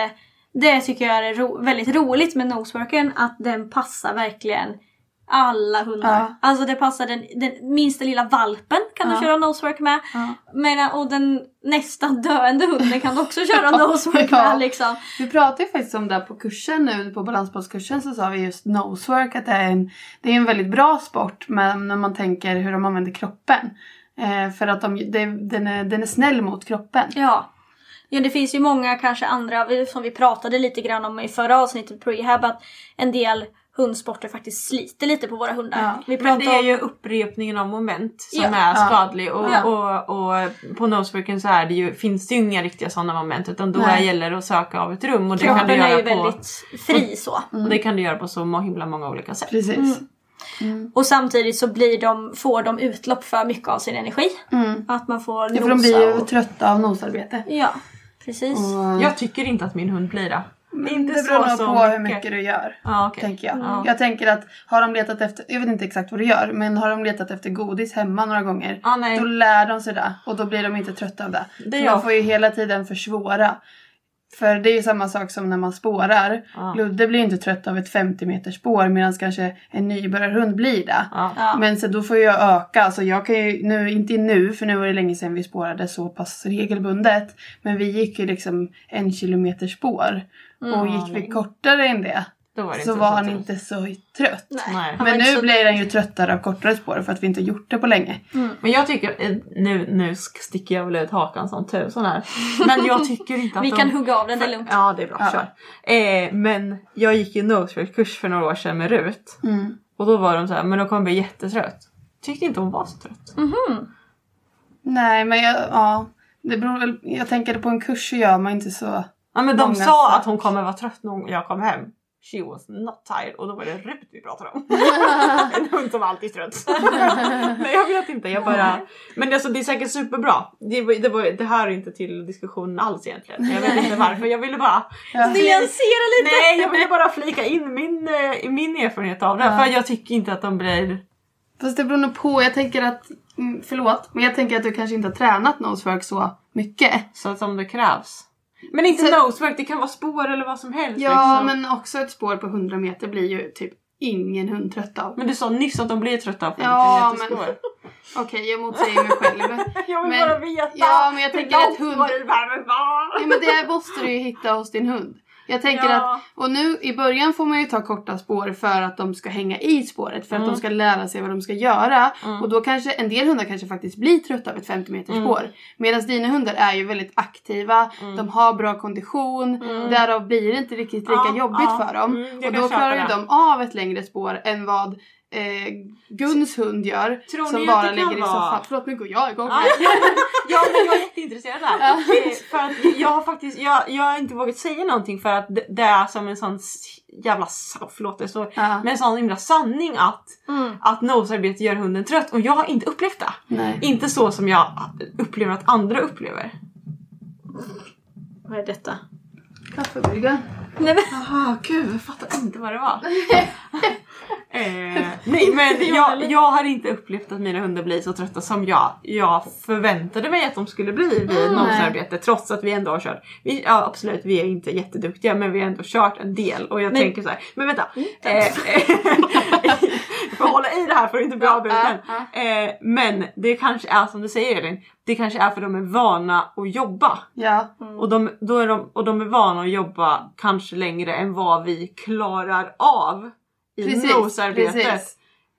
Det tycker jag är väldigt roligt med noseworken. Att den passar verkligen alla hundar. Ja. Alltså det passar den minsta lilla valpen kan du köra nosework med. Och den nästan döende hunden kan du också köra nosework med liksom. Vi pratade ju faktiskt om det på kursen nu, på balansbollskursen, så sa vi just nosework att det är en väldigt bra sport, men när man tänker hur de använder kroppen. För att den är snäll mot kroppen. Ja, det finns ju många kanske andra som vi pratade lite grann om i förra avsnittet på Rehab, att en del hundsporter faktiskt sliter lite på våra hundar. Ja. Men det är ju upprepningen av moment som är skadlig. Och på noseworken så finns det ju inga riktiga sådana moment. Utan då gäller det att söka av ett rum. Och det kan du göra är ju väldigt fri så. Och det kan du göra på så himla många olika sätt. Precis. Och samtidigt så får de utlopp för mycket av sin energi. Att man får nosa. För de blir ju trötta av nosarbete. Ja, precis. Jag tycker inte att min hund blir det. Det beror nog på hur mycket du gör, tänker jag. Jag tänker att har de letat efter, jag vet inte exakt vad du gör, men har de letat efter godis hemma några gånger, då lär de sig det. Och då blir de inte trötta av det. De får ju hela tiden försvåra. För det är ju samma sak som när man spårar. Ludde blir inte trött av ett 50 meters spår, medan kanske en nybörjarhund blir det. Men så då får jag öka. Alltså jag kan ju, inte nu, för nu var det länge sedan vi spårade så pass regelbundet. Men vi gick ju liksom 1 kilometer spår. Och gick vi kortare än det, så var han inte så trött. Nej. Men nu blir han ju tröttare av kortare spår för att vi inte gjort det på länge. Men jag tycker, nu sticker jag väl ut hakan som tusan här. Men jag tycker inte att vi kan hugga av den, det är lugnt. Ja, det är bra, kör. Men jag gick ju nosework-kurs för några år sedan med Rut. Och då var de så här, men då kommer jag bli jättetrött. Tyckte inte hon var så trött. Nej, men det beror väl, jag tänker på en kurs så gör man inte så. Ja, men de sa att hon kommer vara trött när jag kom hem. She was not tired. Och då var det Rut vi pratade om. En hund som alltid är trött. Nej, jag vet inte. Men alltså, det är säkert superbra. Det här är inte till diskussion alls egentligen. Jag vet inte varför. Jag ville bara nyansera lite. Nej, jag ville bara flika in min erfarenhet av det. För jag tycker inte att de blir... Fast det beror nog på. Jag tänker att... Förlåt. Men jag tänker att du kanske inte har tränat nosework så mycket. Så att om det krävs. Men inte nosework, det kan vara spår eller vad som helst. Ja, liksom. Men också ett spår på 100 meter blir ju typ ingen hund trött av. Men du sa nyss att de blir trötta av 50 meter spår. Okej, jag motsäger mig själv. Jag vill bara veta. Ja, men jag tänker att hund... Ja, men det måste du ju hitta hos din hund. Jag tänker att, och nu i början får man ju ta korta spår för att de ska hänga i spåret. För att de ska lära sig vad de ska göra. Och då kanske, en del hundar kanske faktiskt blir trötta av ett 50 meters spår. Medan dina hundar är ju väldigt aktiva. De har bra kondition. Därav blir det inte riktigt lika jobbigt för dem. Och då klarar ju de av ett längre spår än vad Guns hund gör. Tror som ni bara att det ligger kan i vara... soffan. Förlåt, nu går jag igång. Ja, men jag är jätteintresserad där. För att jag har faktiskt jag har inte vågat säga någonting för att det är som en sån jävla men en sån himla sanning att nosearbete gör hunden trött. Och jag har inte upplevt det. Nej. Inte så som jag upplever att andra upplever. Vad är detta? Kaffebrygga. Nej, men... Jaha, gud, jag fattar inte vad det var. Nej, men jag har inte upplevt att mina hundar blir så trötta som jag förväntade mig att de skulle bli vid nosearbete. Trots att vi ändå har kört. Absolut, vi är inte jätteduktiga, men vi har ändå kört en del. Och jag tänker så här, men vänta. Jag får hålla i det här för att inte bli avbruten. Men det kanske är som du säger, Elin. Det kanske är för att de är vana att jobba. Ja. Och de är vana att jobba kanske längre än vad vi klarar av i nosearbetet.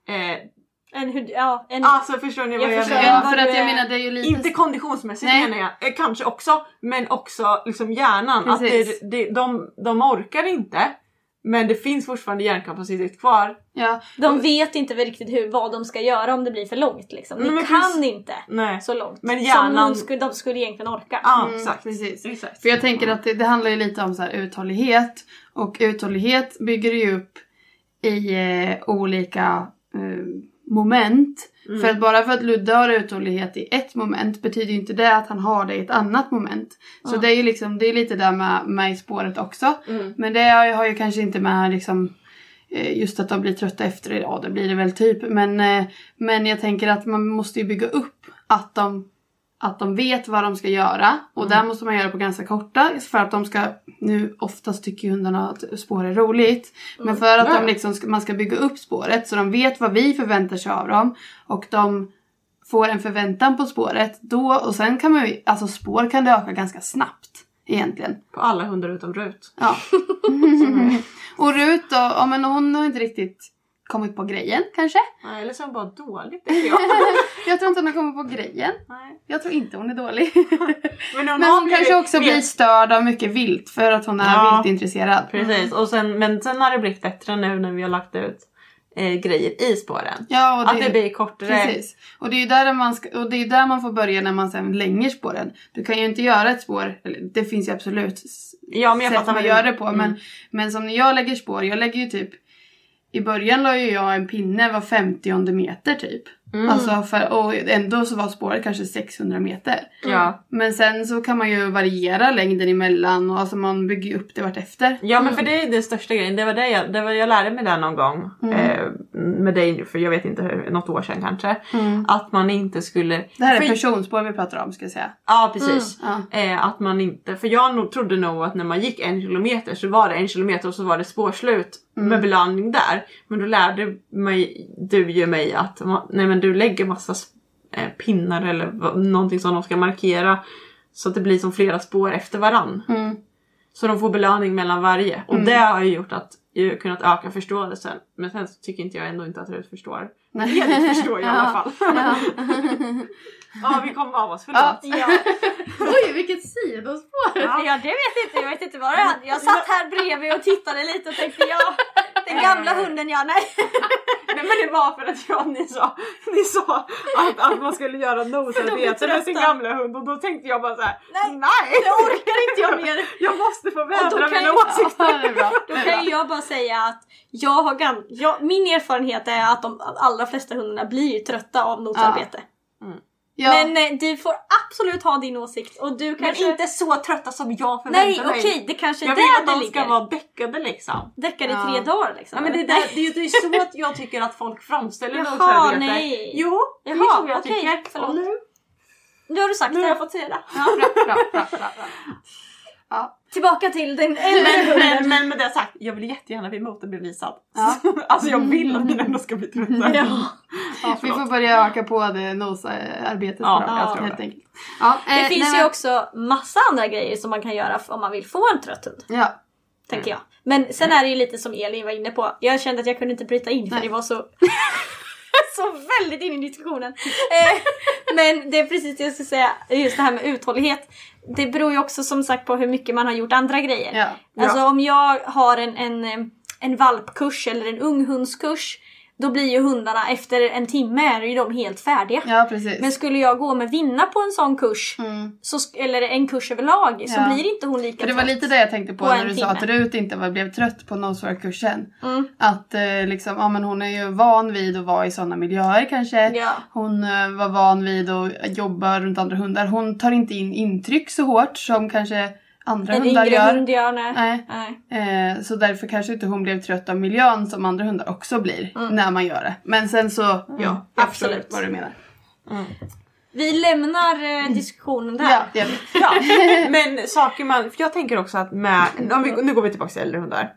Alltså förstår ni vad jag menar? Ja, för att jag menar det är ju lite... Inte konditionsmässigt menar jag. Kanske också. Men också liksom hjärnan. Precis. Att de orkar inte. Men det finns fortfarande hjärnkapacitet kvar. Ja. De vet inte riktigt vad de ska göra om det blir för långt. Liksom. De kan inte så långt. Men hjärnan... Som de skulle egentligen orka. Ja, exakt. Precis. Exakt. För jag tänker att det handlar ju lite om så här uthållighet. Och uthållighet bygger ju upp i olika moment. För att bara för att Ludde har uthållighet i ett moment betyder ju inte det att han har det i ett annat moment. Så det är ju liksom, det är lite där med i spåret också. Men det har ju kanske inte med liksom just att de blir trötta efter det. Ja, det blir det väl typ. Men jag tänker att man måste ju bygga upp att de vet vad de ska göra. Och där måste man göra på ganska korta. För att de ska, nu oftast tycker hundarna att spår är roligt. Men för att de liksom man ska bygga upp spåret. Så de vet vad vi förväntar sig av dem. Och de får en förväntan på spåret. Då, och sen kan man ju, alltså spår kan det öka ganska snabbt. Egentligen. På alla hundar utom Rut. Ja. Och Rut då, ja, men hon har inte riktigt kommit på grejen kanske. Nej, eller så är hon bara dålig. Jag tror inte hon har kommit på grejen. Nej. Jag tror inte hon är dålig. Men hon kanske också blir störd av mycket vilt. För att hon är viltintresserad. Precis, och sen har det blivit bättre nu när vi har lagt ut grejer i spåren. Ja, och att det blir kortare. Precis. Och det är ju där man får börja när man sen länger spåren. Du kan ju inte göra ett spår, eller det finns ju absolut men jag sätt man gör det på. Men som när jag lägger spår, jag lägger ju typ, i början la ju jag en pinne var 50 meter typ. Alltså och ändå så var spåret kanske 600 meter. Ja. Men sen så kan man ju variera längden emellan och alltså man bygger ju upp det vart efter. Ja, men för det är den största grejen. Det var jag lärde mig det någon gång med dig, för jag vet inte hur, något år sedan kanske. Att man inte skulle... Det här är personspår vi pratar om, ska jag säga. Ja, precis. Att man inte... För jag trodde nog att när man gick 1 kilometer så var det 1 kilometer och så var det spårslut med belöning där. Men då lärde du mig att du lägger massa pinnar eller någonting som de ska markera så att det blir som flera spår efter varann. Så de får belöning mellan varje. Och det har ju gjort att jag kunnat öka förståelsen. Men sen så tycker inte jag ändå inte att Rut förstår. Men Edith förstår i alla fall. Ja, vi kom av oss, förlåt. Ja. Oj, vilket sidospår. Ja, det vet inte. Jag vet inte vad det är. Jag satt här bredvid och tittade lite och tänkte, den gamla hunden, nej. Nej, men det var för att ni sa att man skulle göra nosarbete med sin gamla hund. Och då tänkte jag bara så här: nej, det orkar inte jag mer. Jag måste få vädra mina åsikter. Då kan jag bara säga att min erfarenhet är att de allra flesta hundarna blir trötta av nosarbete. Ja. Men du får absolut ha din åsikt. Och du kanske... Men inte så trötta som jag förväntar mig. Nej, okej, det kanske är jag där vill att det de ska vara däckade liksom. Däckade i 3 dagar liksom. Ja, men det är så att jag tycker att folk framställer nosarbete. Jaha, nej. Jo, det är så jag tycker. Förlåt. Nu har du sagt det. Nu har jag fått säga det. Ja, bra. Ja. Tillbaka till den men med det sagt, jag vill jättegärna bli motorbevisad. Ja. Alltså jag vill att mina hundar ska bli trötta. Ja, vi får börja öka på det nosarbetet. Jag tror helt enkelt. Ja, det finns ju också massa andra grejer som man kan göra om man vill få en trött hund. Ja. Tänker jag. Men sen är det ju lite som Elin var inne på. Jag kände att jag kunde inte bryta in för det var så... så väldigt in i diskussionen. Men det är precis det jag ska säga. Just det här med uthållighet. Det beror ju också som sagt på hur mycket man har gjort andra grejer. Ja. Alltså om jag har en valpkurs eller en unghundskurs, då blir ju hundarna efter en timme är ju de helt färdiga. Ja, precis. Men skulle jag gå med vinna på en sån kurs eller en kurs överlag så blir inte hon lika trött. För det var lite det jag tänkte på när du sa att Rut inte blev trött på nosework-kursen. Att liksom, men hon är ju van vid att vara i sådana miljöer kanske. Ja. Hon var van vid att jobba runt andra hundar. Hon tar inte in intryck så hårt som kanske andra hundar gör. Nej. Så därför kanske inte hon blev trött av miljön som andra hundar också blir när man gör det. Men sen så, absolut vad du menar. Vi lämnar diskussionen där. Ja, men saker man... För jag tänker också att nu går vi tillbaka till äldre hundar.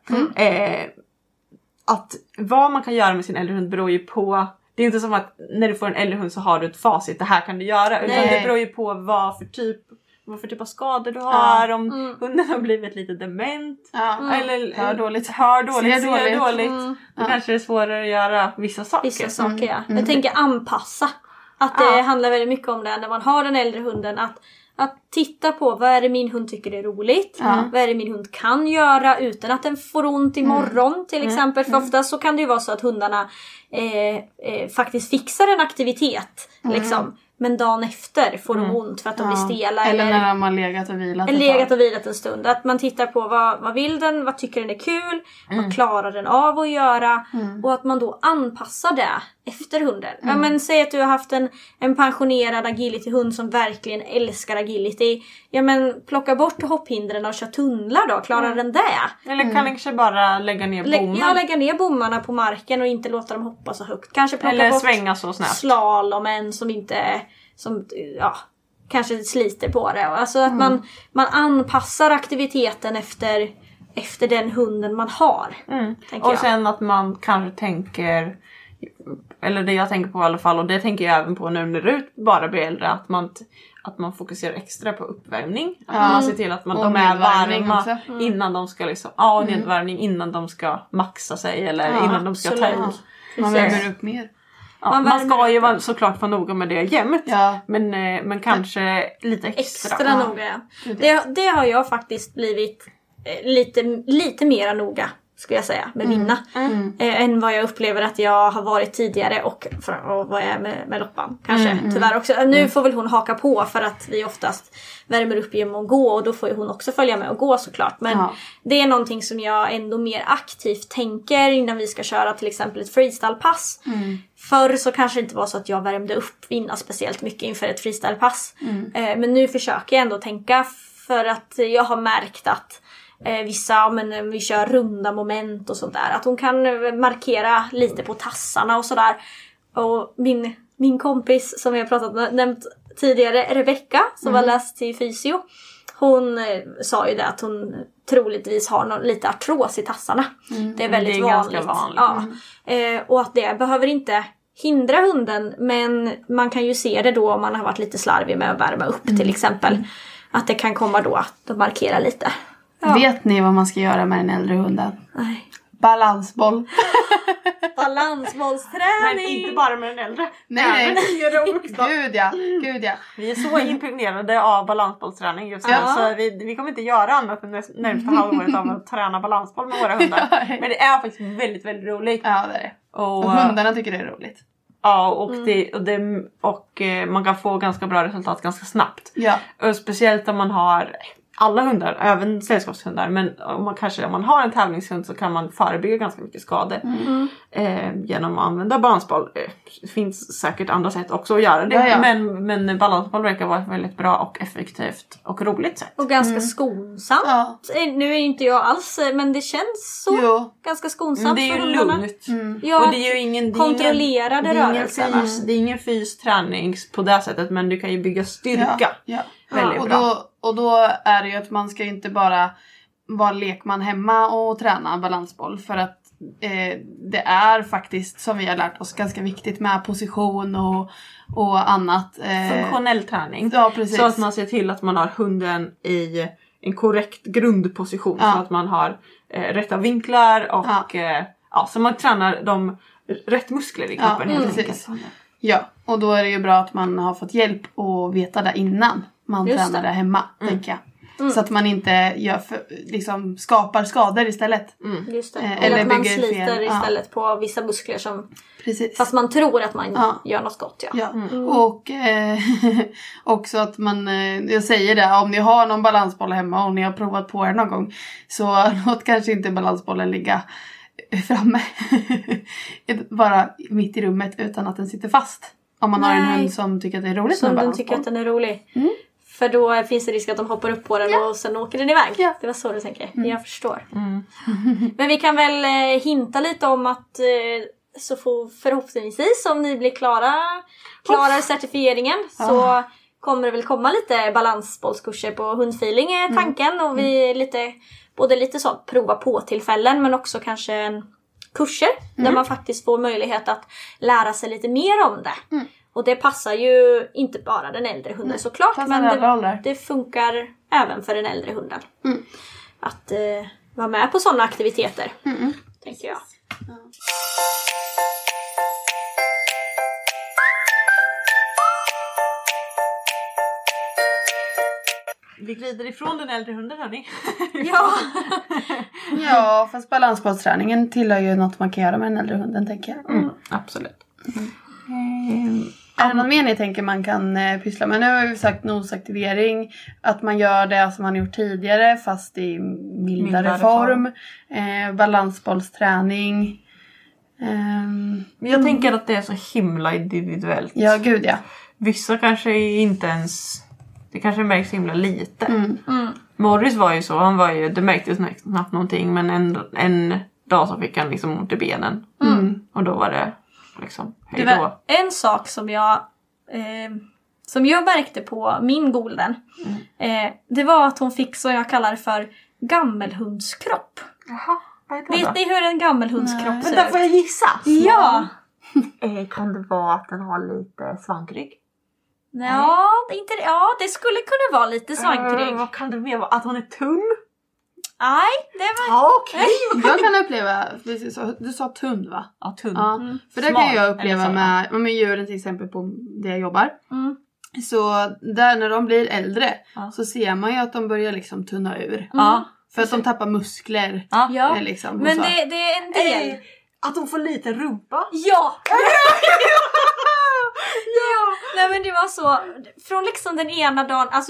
Att vad man kan göra med sin äldre hund beror ju på... Det är inte som att när du får en äldre hund så har du ett facit. Det här kan du göra. Utan det beror ju på vad för typ av skador du har, om hunden har blivit lite dement eller hör dåligt, ser dåligt. Då kanske det är svårare att göra vissa saker. Jag tänker anpassa. Att det handlar väldigt mycket om det när man har den äldre hunden, att titta på vad är det min hund tycker är roligt. Vad är det min hund kan göra utan att den får ont imorgon till exempel. För ofta så kan det ju vara så att hundarna faktiskt fixar en aktivitet liksom. Men dagen efter får de ont för att de blir stela. Eller när de har legat och vilat en stund. Att man tittar på vad vill den, vad tycker den är kul, vad klarar den av att göra. Och att man då anpassar det efter hunden. Ja, men säg att du har haft en pensionerad agility-hund som verkligen älskar agility. Ja, men plocka bort hopphindren och kör tunnlar då. Klarar den det? Eller kan kanske bara lägga ner bommar. Lägga ner bommarna på marken och inte låta dem hoppa så högt. Kanske plocka eller bort svänga så snabbt. slalomen som inte... kanske sliter på det. Alltså att man anpassar aktiviteten efter den hunden man har. Och sen att man kanske tänker, eller det jag tänker på i alla fall, och det tänker jag även på nu när Rut bara blir äldre, att man fokuserar extra på uppvärmning. Att man ser till att de är varma innan de ska liksom, nedvärmning innan de ska maxa sig eller innan de ska ta ut. Man värmer upp mer. Ja, man ska ju såklart vara noga med det jämt. Ja. Men kanske lite extra. Noga. Det har jag faktiskt blivit lite mera noga, skulle jag säga, med Vinna. Än vad jag upplever att jag har varit tidigare och vad jag är med Loppan. Kanske tyvärr också. Nu får väl hon haka på för att vi oftast värmer upp genom att gå. Och då får ju hon också följa med och gå såklart. Men det är någonting som jag ändå mer aktivt tänker innan vi ska köra till exempel ett freestylepass. Förr så kanske det inte var så att jag värmde upp Vinna speciellt mycket inför ett freestylepass. Men nu försöker jag ändå tänka, för att jag har märkt att vi kör runda moment och sånt där, att hon kan markera lite på tassarna och sådär. Och min kompis som jag nämnt tidigare, Rebecca, som var läst till fysio, hon sa ju det att hon troligtvis har lite artros i tassarna. Det är väldigt vanligt. Ja. Och att det behöver inte hindra hunden, men man kan ju se det då om man har varit lite slarvig med att värma upp till exempel. Att det kan komma då att markera lite. Ja. Vet ni vad man ska göra med den äldre hunden? Nej. Balansboll. Balansbollsträning. Men inte bara med den äldre. Nej. Gud ja. Vi är så impregnerade av balansbollsträning just nu. Så vi kommer inte göra annat än närmsta halvåret av att träna balansboll med våra hundar. Men det är faktiskt väldigt, väldigt roligt. Ja, det är det. Och hundarna tycker det är roligt. Ja, och man kan få ganska bra resultat ganska snabbt. Ja. Och speciellt om man har alla hundar, även sällskapshundar. Men om man har en tävlingshund så kan man förebygga ganska mycket skador genom att använda balansboll. Det finns säkert andra sätt också att göra det. Ja. Men balansboll verkar vara ett väldigt bra och effektivt och roligt sätt. Och ganska skonsamt. Ja. Nu är inte jag alls, men det känns så ganska skonsamt. Det är ju lugnt. Ja, och det är ju ingen kontrollerade rörelser. Det är ingen fysträning på det sättet, men du kan ju bygga styrka. Ja. Väldigt bra. Och då är det ju att man ska inte bara vara lekman hemma och träna balansboll. För att det är faktiskt, som vi har lärt oss, ganska viktigt med position och annat. Funktionell träning. Ja, precis. Så att man ser till att man har hunden i en korrekt grundposition. Så att man har rätta vinklar och så man tränar de rätt muskler i kroppen. Ja, precis. Ja, och då är det ju bra att man har fått hjälp att veta det innan man tränar det hemma, tänker jag. Så att man inte skapar skador istället. Just det. Eller att man sliter istället på vissa muskler som... Precis. Fast man tror att man gör något gott. Och också att man... jag säger det, om ni har någon balansboll hemma och ni har provat på er någon gång, så låt kanske inte balansbollen ligga framme bara mitt i rummet, utan att den sitter fast. Om man har en hund som tycker att det är roligt med balansboll. Som tycker att den är rolig. För då finns det risk att de hoppar upp på den och sen åker den iväg. Ja. Det var så du tänker. Jag förstår. Men vi kan väl hinta lite om att så får förhoppningsvis, om ni blir klarar certifieringen, så kommer det väl komma lite balansbollskurser på hundfeeling är tanken. Och vi lite så prova på tillfällen, men också kanske kurser där man faktiskt får möjlighet att lära sig lite mer om det. Och det passar ju inte bara den äldre hunden såklart, men det funkar även för den äldre hunden. Att vara med på sådana aktiviteter, tänker jag. Vi glider ifrån den äldre hunden, hörni. Ja, fast balansbollsträningen tillhör ju något man kan göra med den äldre hunden, tänker jag. Absolut. Är det något mer ni tänker man kan pyssla med? Nu har vi sagt nosaktivering. Att man gör det som man gjort tidigare fast i mildare form. Balansbollsträning. Jag tänker att det är så himla individuellt. Ja, gud ja. Vissa kanske inte ens... Det kanske märks himla lite. Morris var ju så. Han var ju... Det märktes knappt någonting. Men en dag så fick han liksom ont i benen. Och då var det... liksom, det var en sak som som jag märkte på min golden. Det var att hon fick så jag kallar för gammelhundskropp. Jaha, vad är det Vet då? ni hur en gammelhundskropp ser ut? Vänta, får jag gissa? Ja! Kan det vara att den har lite svankrygg? Ja, det skulle kunna vara lite svankrygg. Vad kan det mer vara? Att hon är tunn? Nej, det var... Ja, okej. Jag kan uppleva, du sa tunn va? Ja, tunn. Ja, för det kan jag uppleva med djuren till exempel på där jag jobbar. Så där när de blir äldre så ser man ju att de börjar liksom tunna ur. För att de tappar muskler. Ja, liksom, men det är en del. Att de får lite rumpa? Ja! Nej men det var så, från liksom den ena dagen, alltså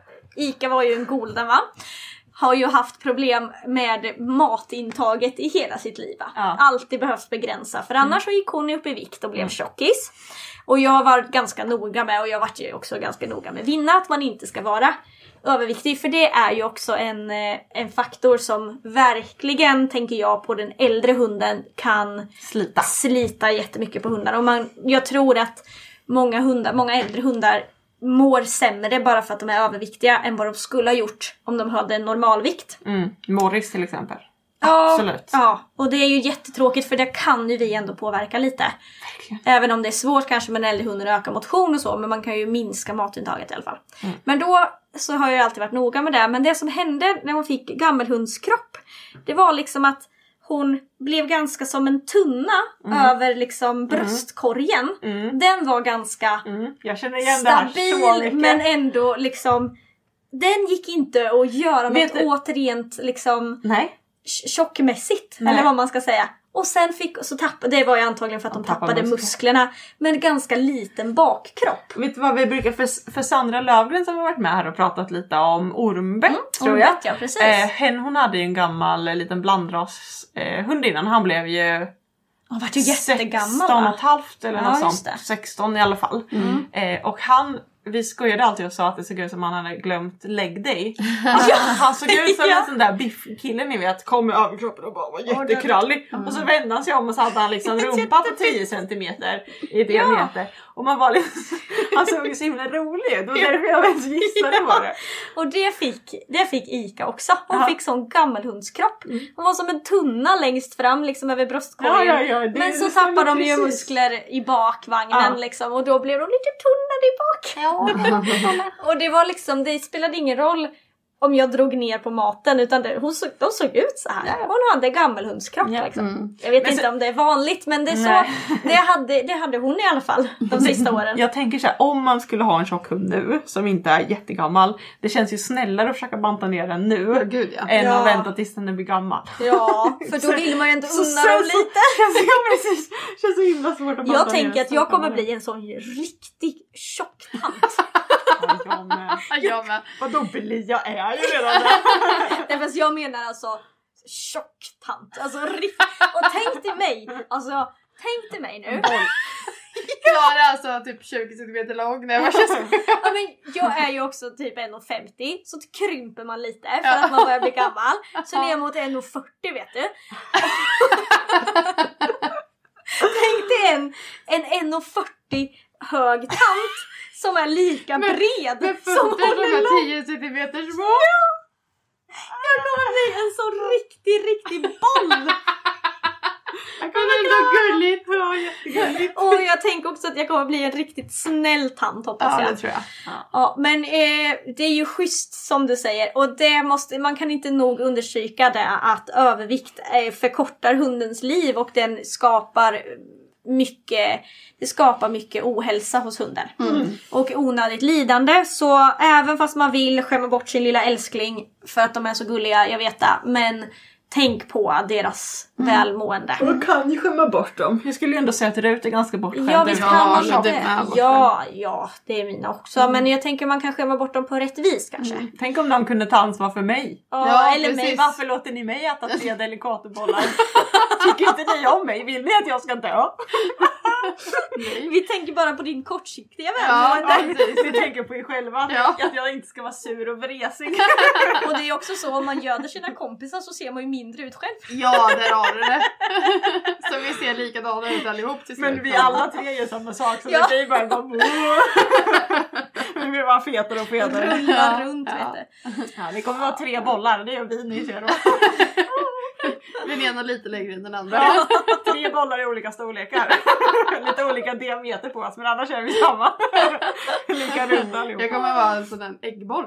Ika var ju en golden va? Har ju haft problem med matintaget i hela sitt liv. Alltid behövt begränsa. För annars så gick hon upp i vikt och blev tjockis. Och jag har varit ganska noga med, och jag har varit ju också ganska noga med Vinna, att man inte ska vara överviktig. För det är ju också en faktor som verkligen, tänker jag, på den äldre hunden kan slita jättemycket på hundar. Och jag tror att många äldre hundar mår sämre bara för att de är överviktiga än vad de skulle ha gjort om de hade en normalvikt. Morris till exempel. Absolut. Ja, och det är ju jättetråkigt för det kan ju vi ändå påverka lite. Verkligen. Även om det är svårt kanske med en äldre hund att öka motion och så, men man kan ju minska matintaget i alla fall. Men då så har jag alltid varit noga med det. Men det som hände när hon fick gammelhundskropp, det var liksom att hon blev ganska som en tunna över liksom bröstkorgen. Den var ganska jag känner igen stabil, det här så mycket. men ändå liksom, den gick inte att göra något åt rent liksom tjockmässigt. Eller vad man ska säga. Och sen det var ju antagligen för att de tappade musklerna. Men ganska liten bakkropp. Vet du vad vi brukar, för Sandra Lövgren som har varit med här och pratat lite om Ormbett, tror jag. Ja, precis. Hon hade ju en gammal liten blandras hund innan. Han blev ju var ju jättegammal, 16,5 eller något sånt. 16 i alla fall. Och vi skojade alltid och sa att det såg ut som han hade glömt leg day. Han såg ut som en sån där biffkille, ni vet, kom med överkroppen och bara var jättekrallig. Och så vände han sig om och så hade han liksom rumpa på 10 centimeter i diameter. Och man var liksom, han såg ju så himla rolig ut. Och därför jag ens gissade på det. Och det fick Ika också. Hon fick sån gammelhundskropp. Hon var som en tunna längst fram liksom över bröstkorgen. Men så tappade de ju muskler i bakvagnen liksom. Och då blev de lite tunnade i bak. Och det var liksom, det spelade ingen roll om jag drog ner på maten, utan de såg ut så här. Hon hade gammelhundskropp liksom. Jag vet inte om det är vanligt, men det är så, det hade hon i alla fall de sista åren. Jag tänker så här, om man skulle ha en tjock hund nu som inte är jättegammal, det känns ju snällare att försöka banta ner den nu än att vänta tills den blir gammal. Ja, för då vill man ju inte unna dem lite. Precis. Det känns så himla svårt att banta ner. Jag tänker att jag kommer bli en sån riktig tjock tant. Jag med. Vadå blir jag? Är ju redan där. Nej, fast jag menar alltså tjock tant. Alltså, och tänk till mig nu. Jag är alltså typ 20 cm lång. Ja, men jag är ju också typ 1,50, så krymper man lite för att man börjar bli gammal. Så ner mot 1,40, vet du. Tänk dig en 1,40 hög tant som är lika bred med som hon är 10 cm små. Jag kommer bli en så riktig boll. Jag kommer bli så gulligt. Jättegulligt. Och jag tänker också att jag kommer bli en riktigt snäll tant, hoppas jag. Ja, det tror jag. Ja, men det är ju schysst som du säger. Och man kan inte nog understryka det, att övervikt förkortar hundens liv och den skapar mycket ohälsa hos hunden. Och onödigt lidande. Så även fast man vill skämma bort sin lilla älskling för att de är så gulliga, jag vet det, men tänk på deras välmående. Och kan ju skämma bort dem. Jag skulle ju ändå säga att Rut är ganska bortskämd. Ja, visst kan man det. Ja, det är mina också. Men jag tänker man kan skämma bort dem på rätt vis kanske. Tänk om de kunde ta ansvar för mig. Ja, eller mig. Varför låter ni mig äta 3 delikatobollar? Tycker inte ni om mig? Vill ni att jag ska dö? Vi tänker bara på din kortsiktiga vän. Ja, vi tänker på er själva. Att jag inte ska vara sur och vresig. Och det är också så, om man göder sina kompisar så ser man ju mindre ut själv. Ja, där har du det. Så vi ser likadana ut allihop till slut. Men vi alla tre gör samma sak, så det blir bara bara fetare och fetare. Rullar runt vet du. Ja, det kommer vara 3 bollar, det gör vi ni ser då. Den ena lite längre än den andra. Ja, 3 bollar i olika storlekar. Lite olika diameter på oss, men annars är vi samma. Lika runda allihopa. Jag kommer vara en sån där äggboll.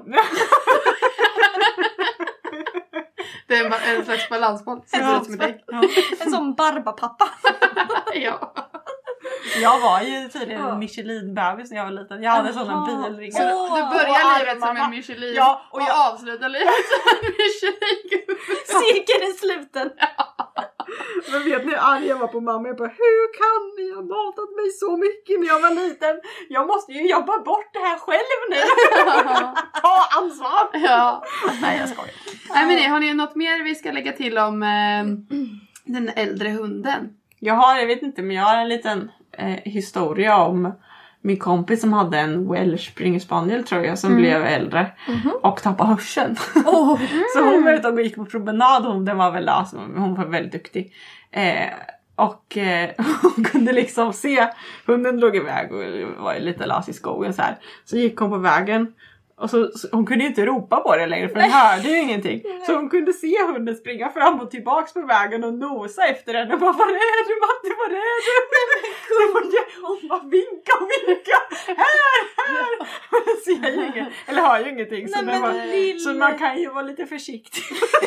Det är en slags balansboll. Ser ut som ett ägg. En sån barbapappa. Ja. Jag var ju tydligen en Michelin-bebis när jag var liten. Jag hade sådana bilringar. Du börjar livet som en Michelin. Ja, och jag avslutar livet som en Michelin. Cirkeln är sluten. Men vet ni, arg jag var på mamma. Jag bara, hur kan ni ha matat mig så mycket när jag var liten? Jag måste ju jobba bort det här själv nu. Ta ansvar. Ja. Nej, jag skojar. Nej, men har ni något mer vi ska lägga till om den äldre hunden? Jag vet inte, men jag har en liten historia om min kompis som hade en Welsh Springer Spaniel tror jag som blev äldre och tappade hörseln. Så hon var ute och gick på promenad. Hon var väldigt duktig. Och hon kunde liksom se hunden låg iväg och var lite las i skogen så här. Så gick hon på vägen. Och så hon kunde ju inte ropa på det längre för hon hörde ju ingenting. Så hon kunde se hunden springa fram och tillbaks på vägen och nosa efter henne. Och bara, var är du Matte, var är du? Hon bara vinka och vinka. Här. Ser ju inget, eller har ju ingenting. Så man kan ju vara lite försiktig.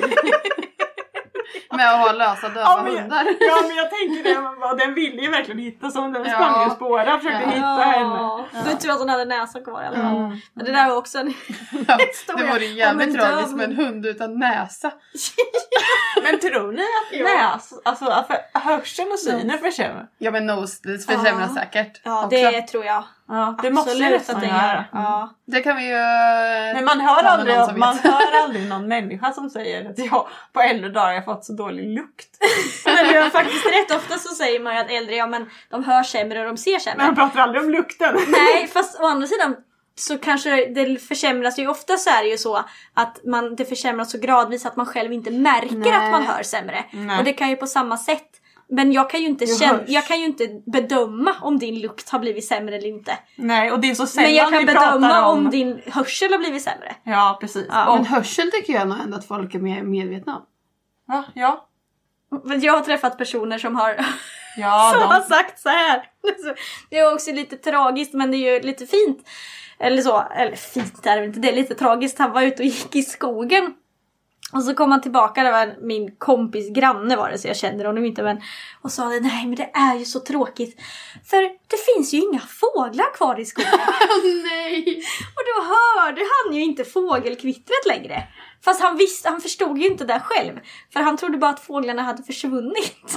Med att ha lösa döva hundar. Ja, men jag tänker det. Den ville ju verkligen hitta. Så den sprang ju spåra och försökte hitta henne. Du tror att hon hade näsan kvar i alla fall. Men det där var också en det vore ju jävligt tragiskt med en hund utan näsa. Men tror ni att alltså hörseln och synen försämras? Ja, men det försämras säkert. Ja, också. det tror jag. Ja, det måste nästan göra. Ja. Det kan vi ju... Men man hör aldrig någon människa som säger att jag på äldre dagar har fått så dålig lukt. Men faktiskt rätt ofta så säger man ju att äldre, men de hör sämre och de ser sämre. Men man pratar aldrig om lukten. Nej, fast å andra sidan så kanske det försämras ju ofta, så är det ju så att det försämras så gradvis att man själv inte märker att man hör sämre. Nej. Och det kan ju på samma sätt. Men jag kan ju inte bedöma om din lukt har blivit sämre eller inte. Nej, och det är så sällan. Men jag kan bedöma om din hörsel har blivit sämre. Ja, precis. Ja, men hörsel tycker jag nog ändå att folk är mer medvetna om. Ja. Jag har träffat personer som har har sagt så här. Det är också lite tragiskt, men det är ju lite fint. Eller fint är det inte. Det är lite tragiskt. Han var ute och gick i skogen. Och så kom han tillbaka, det var min kompis granne var det, så jag kände honom inte, men och sa det, nej men det är ju så tråkigt för det finns ju inga fåglar kvar i skogen. Nej. Och då hörde han ju inte fågelkvittret längre. Fast han förstod ju inte det själv, för han trodde bara att fåglarna hade försvunnit.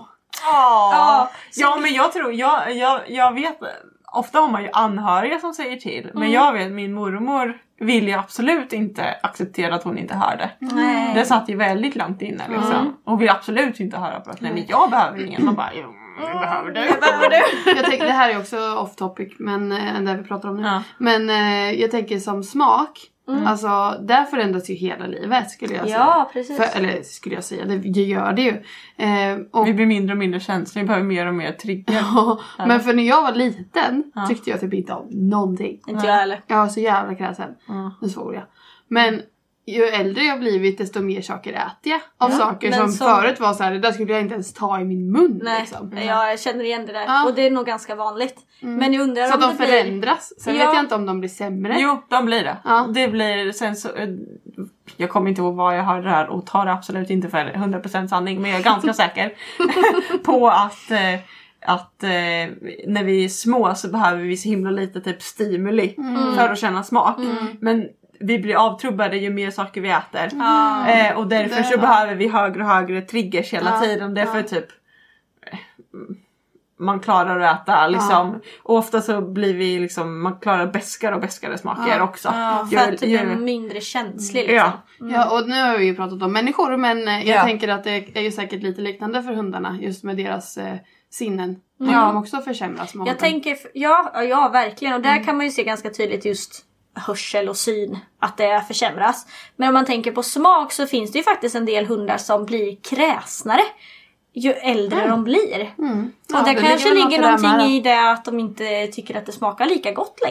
Ja, men jag tror jag vet. Ofta har man ju anhöriga som säger till. Men jag vet, min mormor vill ju absolut inte acceptera att hon inte hörde. Nej. Det satt ju väldigt långt inne liksom. Hon vill absolut inte höra på att nej, jag behöver ingen. Man bara, jag behöver du. Jag tänker, det här är också off topic, men där vi pratar om nu. Ja. Men jag tänker som smak. Alltså, där förändras ju hela livet, skulle jag säga. Ja, precis. Eller skulle jag säga, det gör det ju. Vi blir mindre och mindre känsliga, vi behöver mer och mer trigger. Ja, men för när jag var liten tyckte jag typ inte om någonting. Inte jag heller. Jag var så jävla kräsen. Nu svor jag. Men ju äldre jag blivit, desto mer saker äter jag. Av saker som förut var så här, det där skulle jag inte ens ta i min mun. Nej, liksom. jag känner igen det där. Och det är nog ganska vanligt. Men jag undrar så om de förändras. Sen vet jag inte om de blir sämre. Jo, de blir det. Det blir sen så... Jag kommer inte ihåg vad jag hörde där och tar det absolut inte för 100% sanning. Men jag är ganska säker på att när vi är små så behöver vi så himla lite typ stimuli för att känna smak. Men vi blir avtrubbade ju mer saker vi äter. Och därför så behöver vi högre och högre triggers hela tiden. Därför typ man klarar att äta liksom. Och ofta så blir vi liksom, man klarar bäskare och bäskare smaker också. För att det är mindre känslig liksom. Ja, och nu har vi ju pratat om människor, men jag tänker att det är ju säkert lite liknande för hundarna just med deras sinnen. De också försämras. Jag tänker, ja verkligen. Och där kan man ju se ganska tydligt just hörsel och syn, att det försämras. Men om man tänker på smak så finns det ju faktiskt en del hundar som blir kräsnare ju äldre de blir. Och det kanske ligger någonting i det att de inte tycker att det smakar lika gott längre.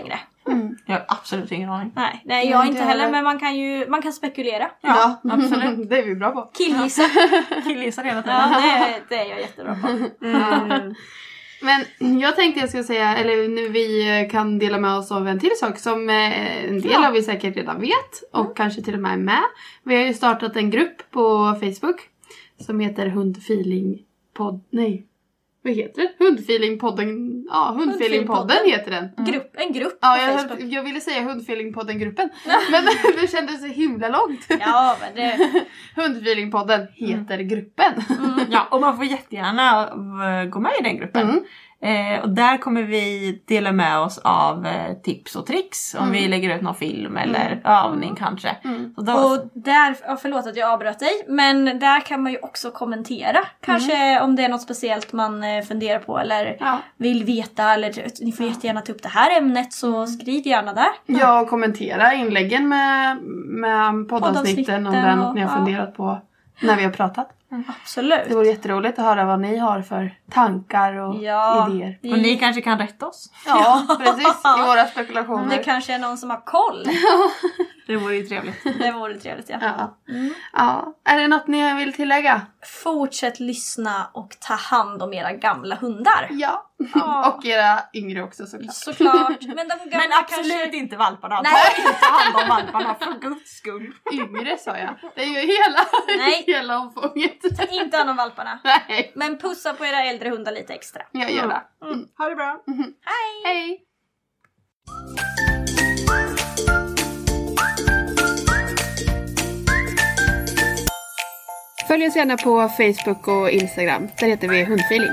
Jag har absolut ingen aning. Nej, jag inte heller, men man kan spekulera. Ja, absolut. Det är vi bra på. Killgissa hela tiden. Ja, det är jag jättebra på. Men jag tänkte jag ska säga, eller nu vi kan dela med oss av en till sak som en del av vi säkert redan vet och kanske till och med är med. Vi har ju startat en grupp på Facebook som heter Hundfeelingpodd. Nej, vad heter det? Hundfeelingpodden. Ja, Hundfeelingpodden heter den. En grupp på Facebook. Jag ville säga Hundfeelingpodden-gruppen. Men det kändes så himla långt. Ja, men det... Hundfeelingpodden heter gruppen. Ja, och man får jättegärna gå med i den gruppen. Och där kommer vi dela med oss av tips och tricks. Om vi lägger ut någon film eller övning kanske. Så då... Och där, förlåt att jag avbröt dig, men där kan man ju också kommentera. Kanske om det är något speciellt man funderar på eller vill veta. Eller ni får jättegärna ta upp det här ämnet, så skriv gärna där. Ja, kommentera inläggen med poddavsnitten om det är något ni har funderat på när vi har pratat. Absolut. Det vore jätteroligt att höra vad ni har för tankar och idéer. Och ni kanske kan rätta oss. Ja, precis. I våra spekulationer. Det kanske är någon som har koll. Det vore ju trevligt. Det vore trevligt, ja. Är det något ni vill tillägga? Fortsätt lyssna och ta hand om era gamla hundar. Ja. Och era yngre också såklart. Men absolut kanske... inte valparna. Nej. Ta inte hand om valparna för guds skull. Yngre sa jag. Det är ju hela omfånget. Inte hand om valparna. Nej. Men pussa på era äldre hundar lite extra. Jag gör det. Ha det bra. Hej. Följ oss gärna på Facebook och Instagram. Där heter vi Hundfeeling.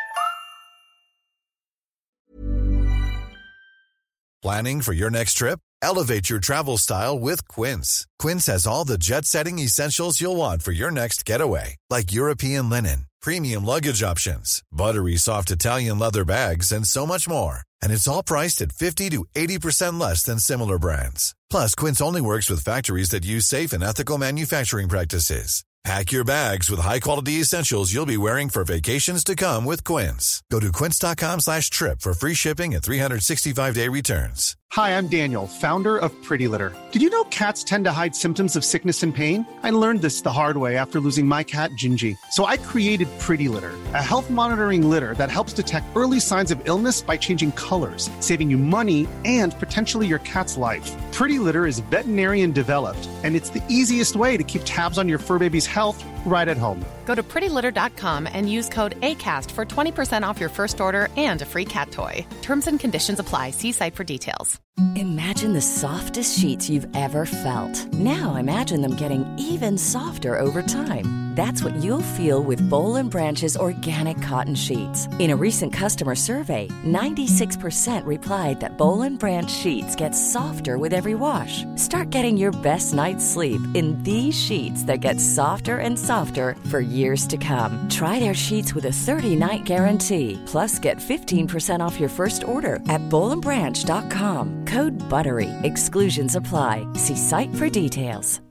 Planning for your next trip? Elevate your travel style with Quince. Quince has all the jet-setting essentials you'll want for your next getaway, like European linen, premium luggage options, buttery soft Italian leather bags, and so much more. And it's all priced at 50 to 80% less than similar brands. Plus, Quince only works with factories that use safe and ethical manufacturing practices. Pack your bags with high-quality essentials you'll be wearing for vacations to come with Quince. Go to quince.com/trip for free shipping and 365-day returns. Hi, I'm Daniel, founder of Pretty Litter. Did you know cats tend to hide symptoms of sickness and pain? I learned this the hard way after losing my cat, Gingy. So I created Pretty Litter, a health monitoring litter that helps detect early signs of illness by changing colors, saving you money and potentially your cat's life. Pretty Litter is veterinarian developed, and it's the easiest way to keep tabs on your fur baby's health right at home. Go to prettylitter.com and use code ACAST for 20% off your first order and a free cat toy. Terms and conditions apply. See site for details. Imagine the softest sheets you've ever felt. Now imagine them getting even softer over time. That's what you'll feel with Boll & Branch's organic cotton sheets. In a recent customer survey, 96% replied that Boll & Branch sheets get softer with every wash. Start getting your best night's sleep in these sheets that get softer and softer for years to come. Try their sheets with a 30-night guarantee. Plus, get 15% off your first order at bollandbranch.com. Code BUTTERY. Exclusions apply. See site for details.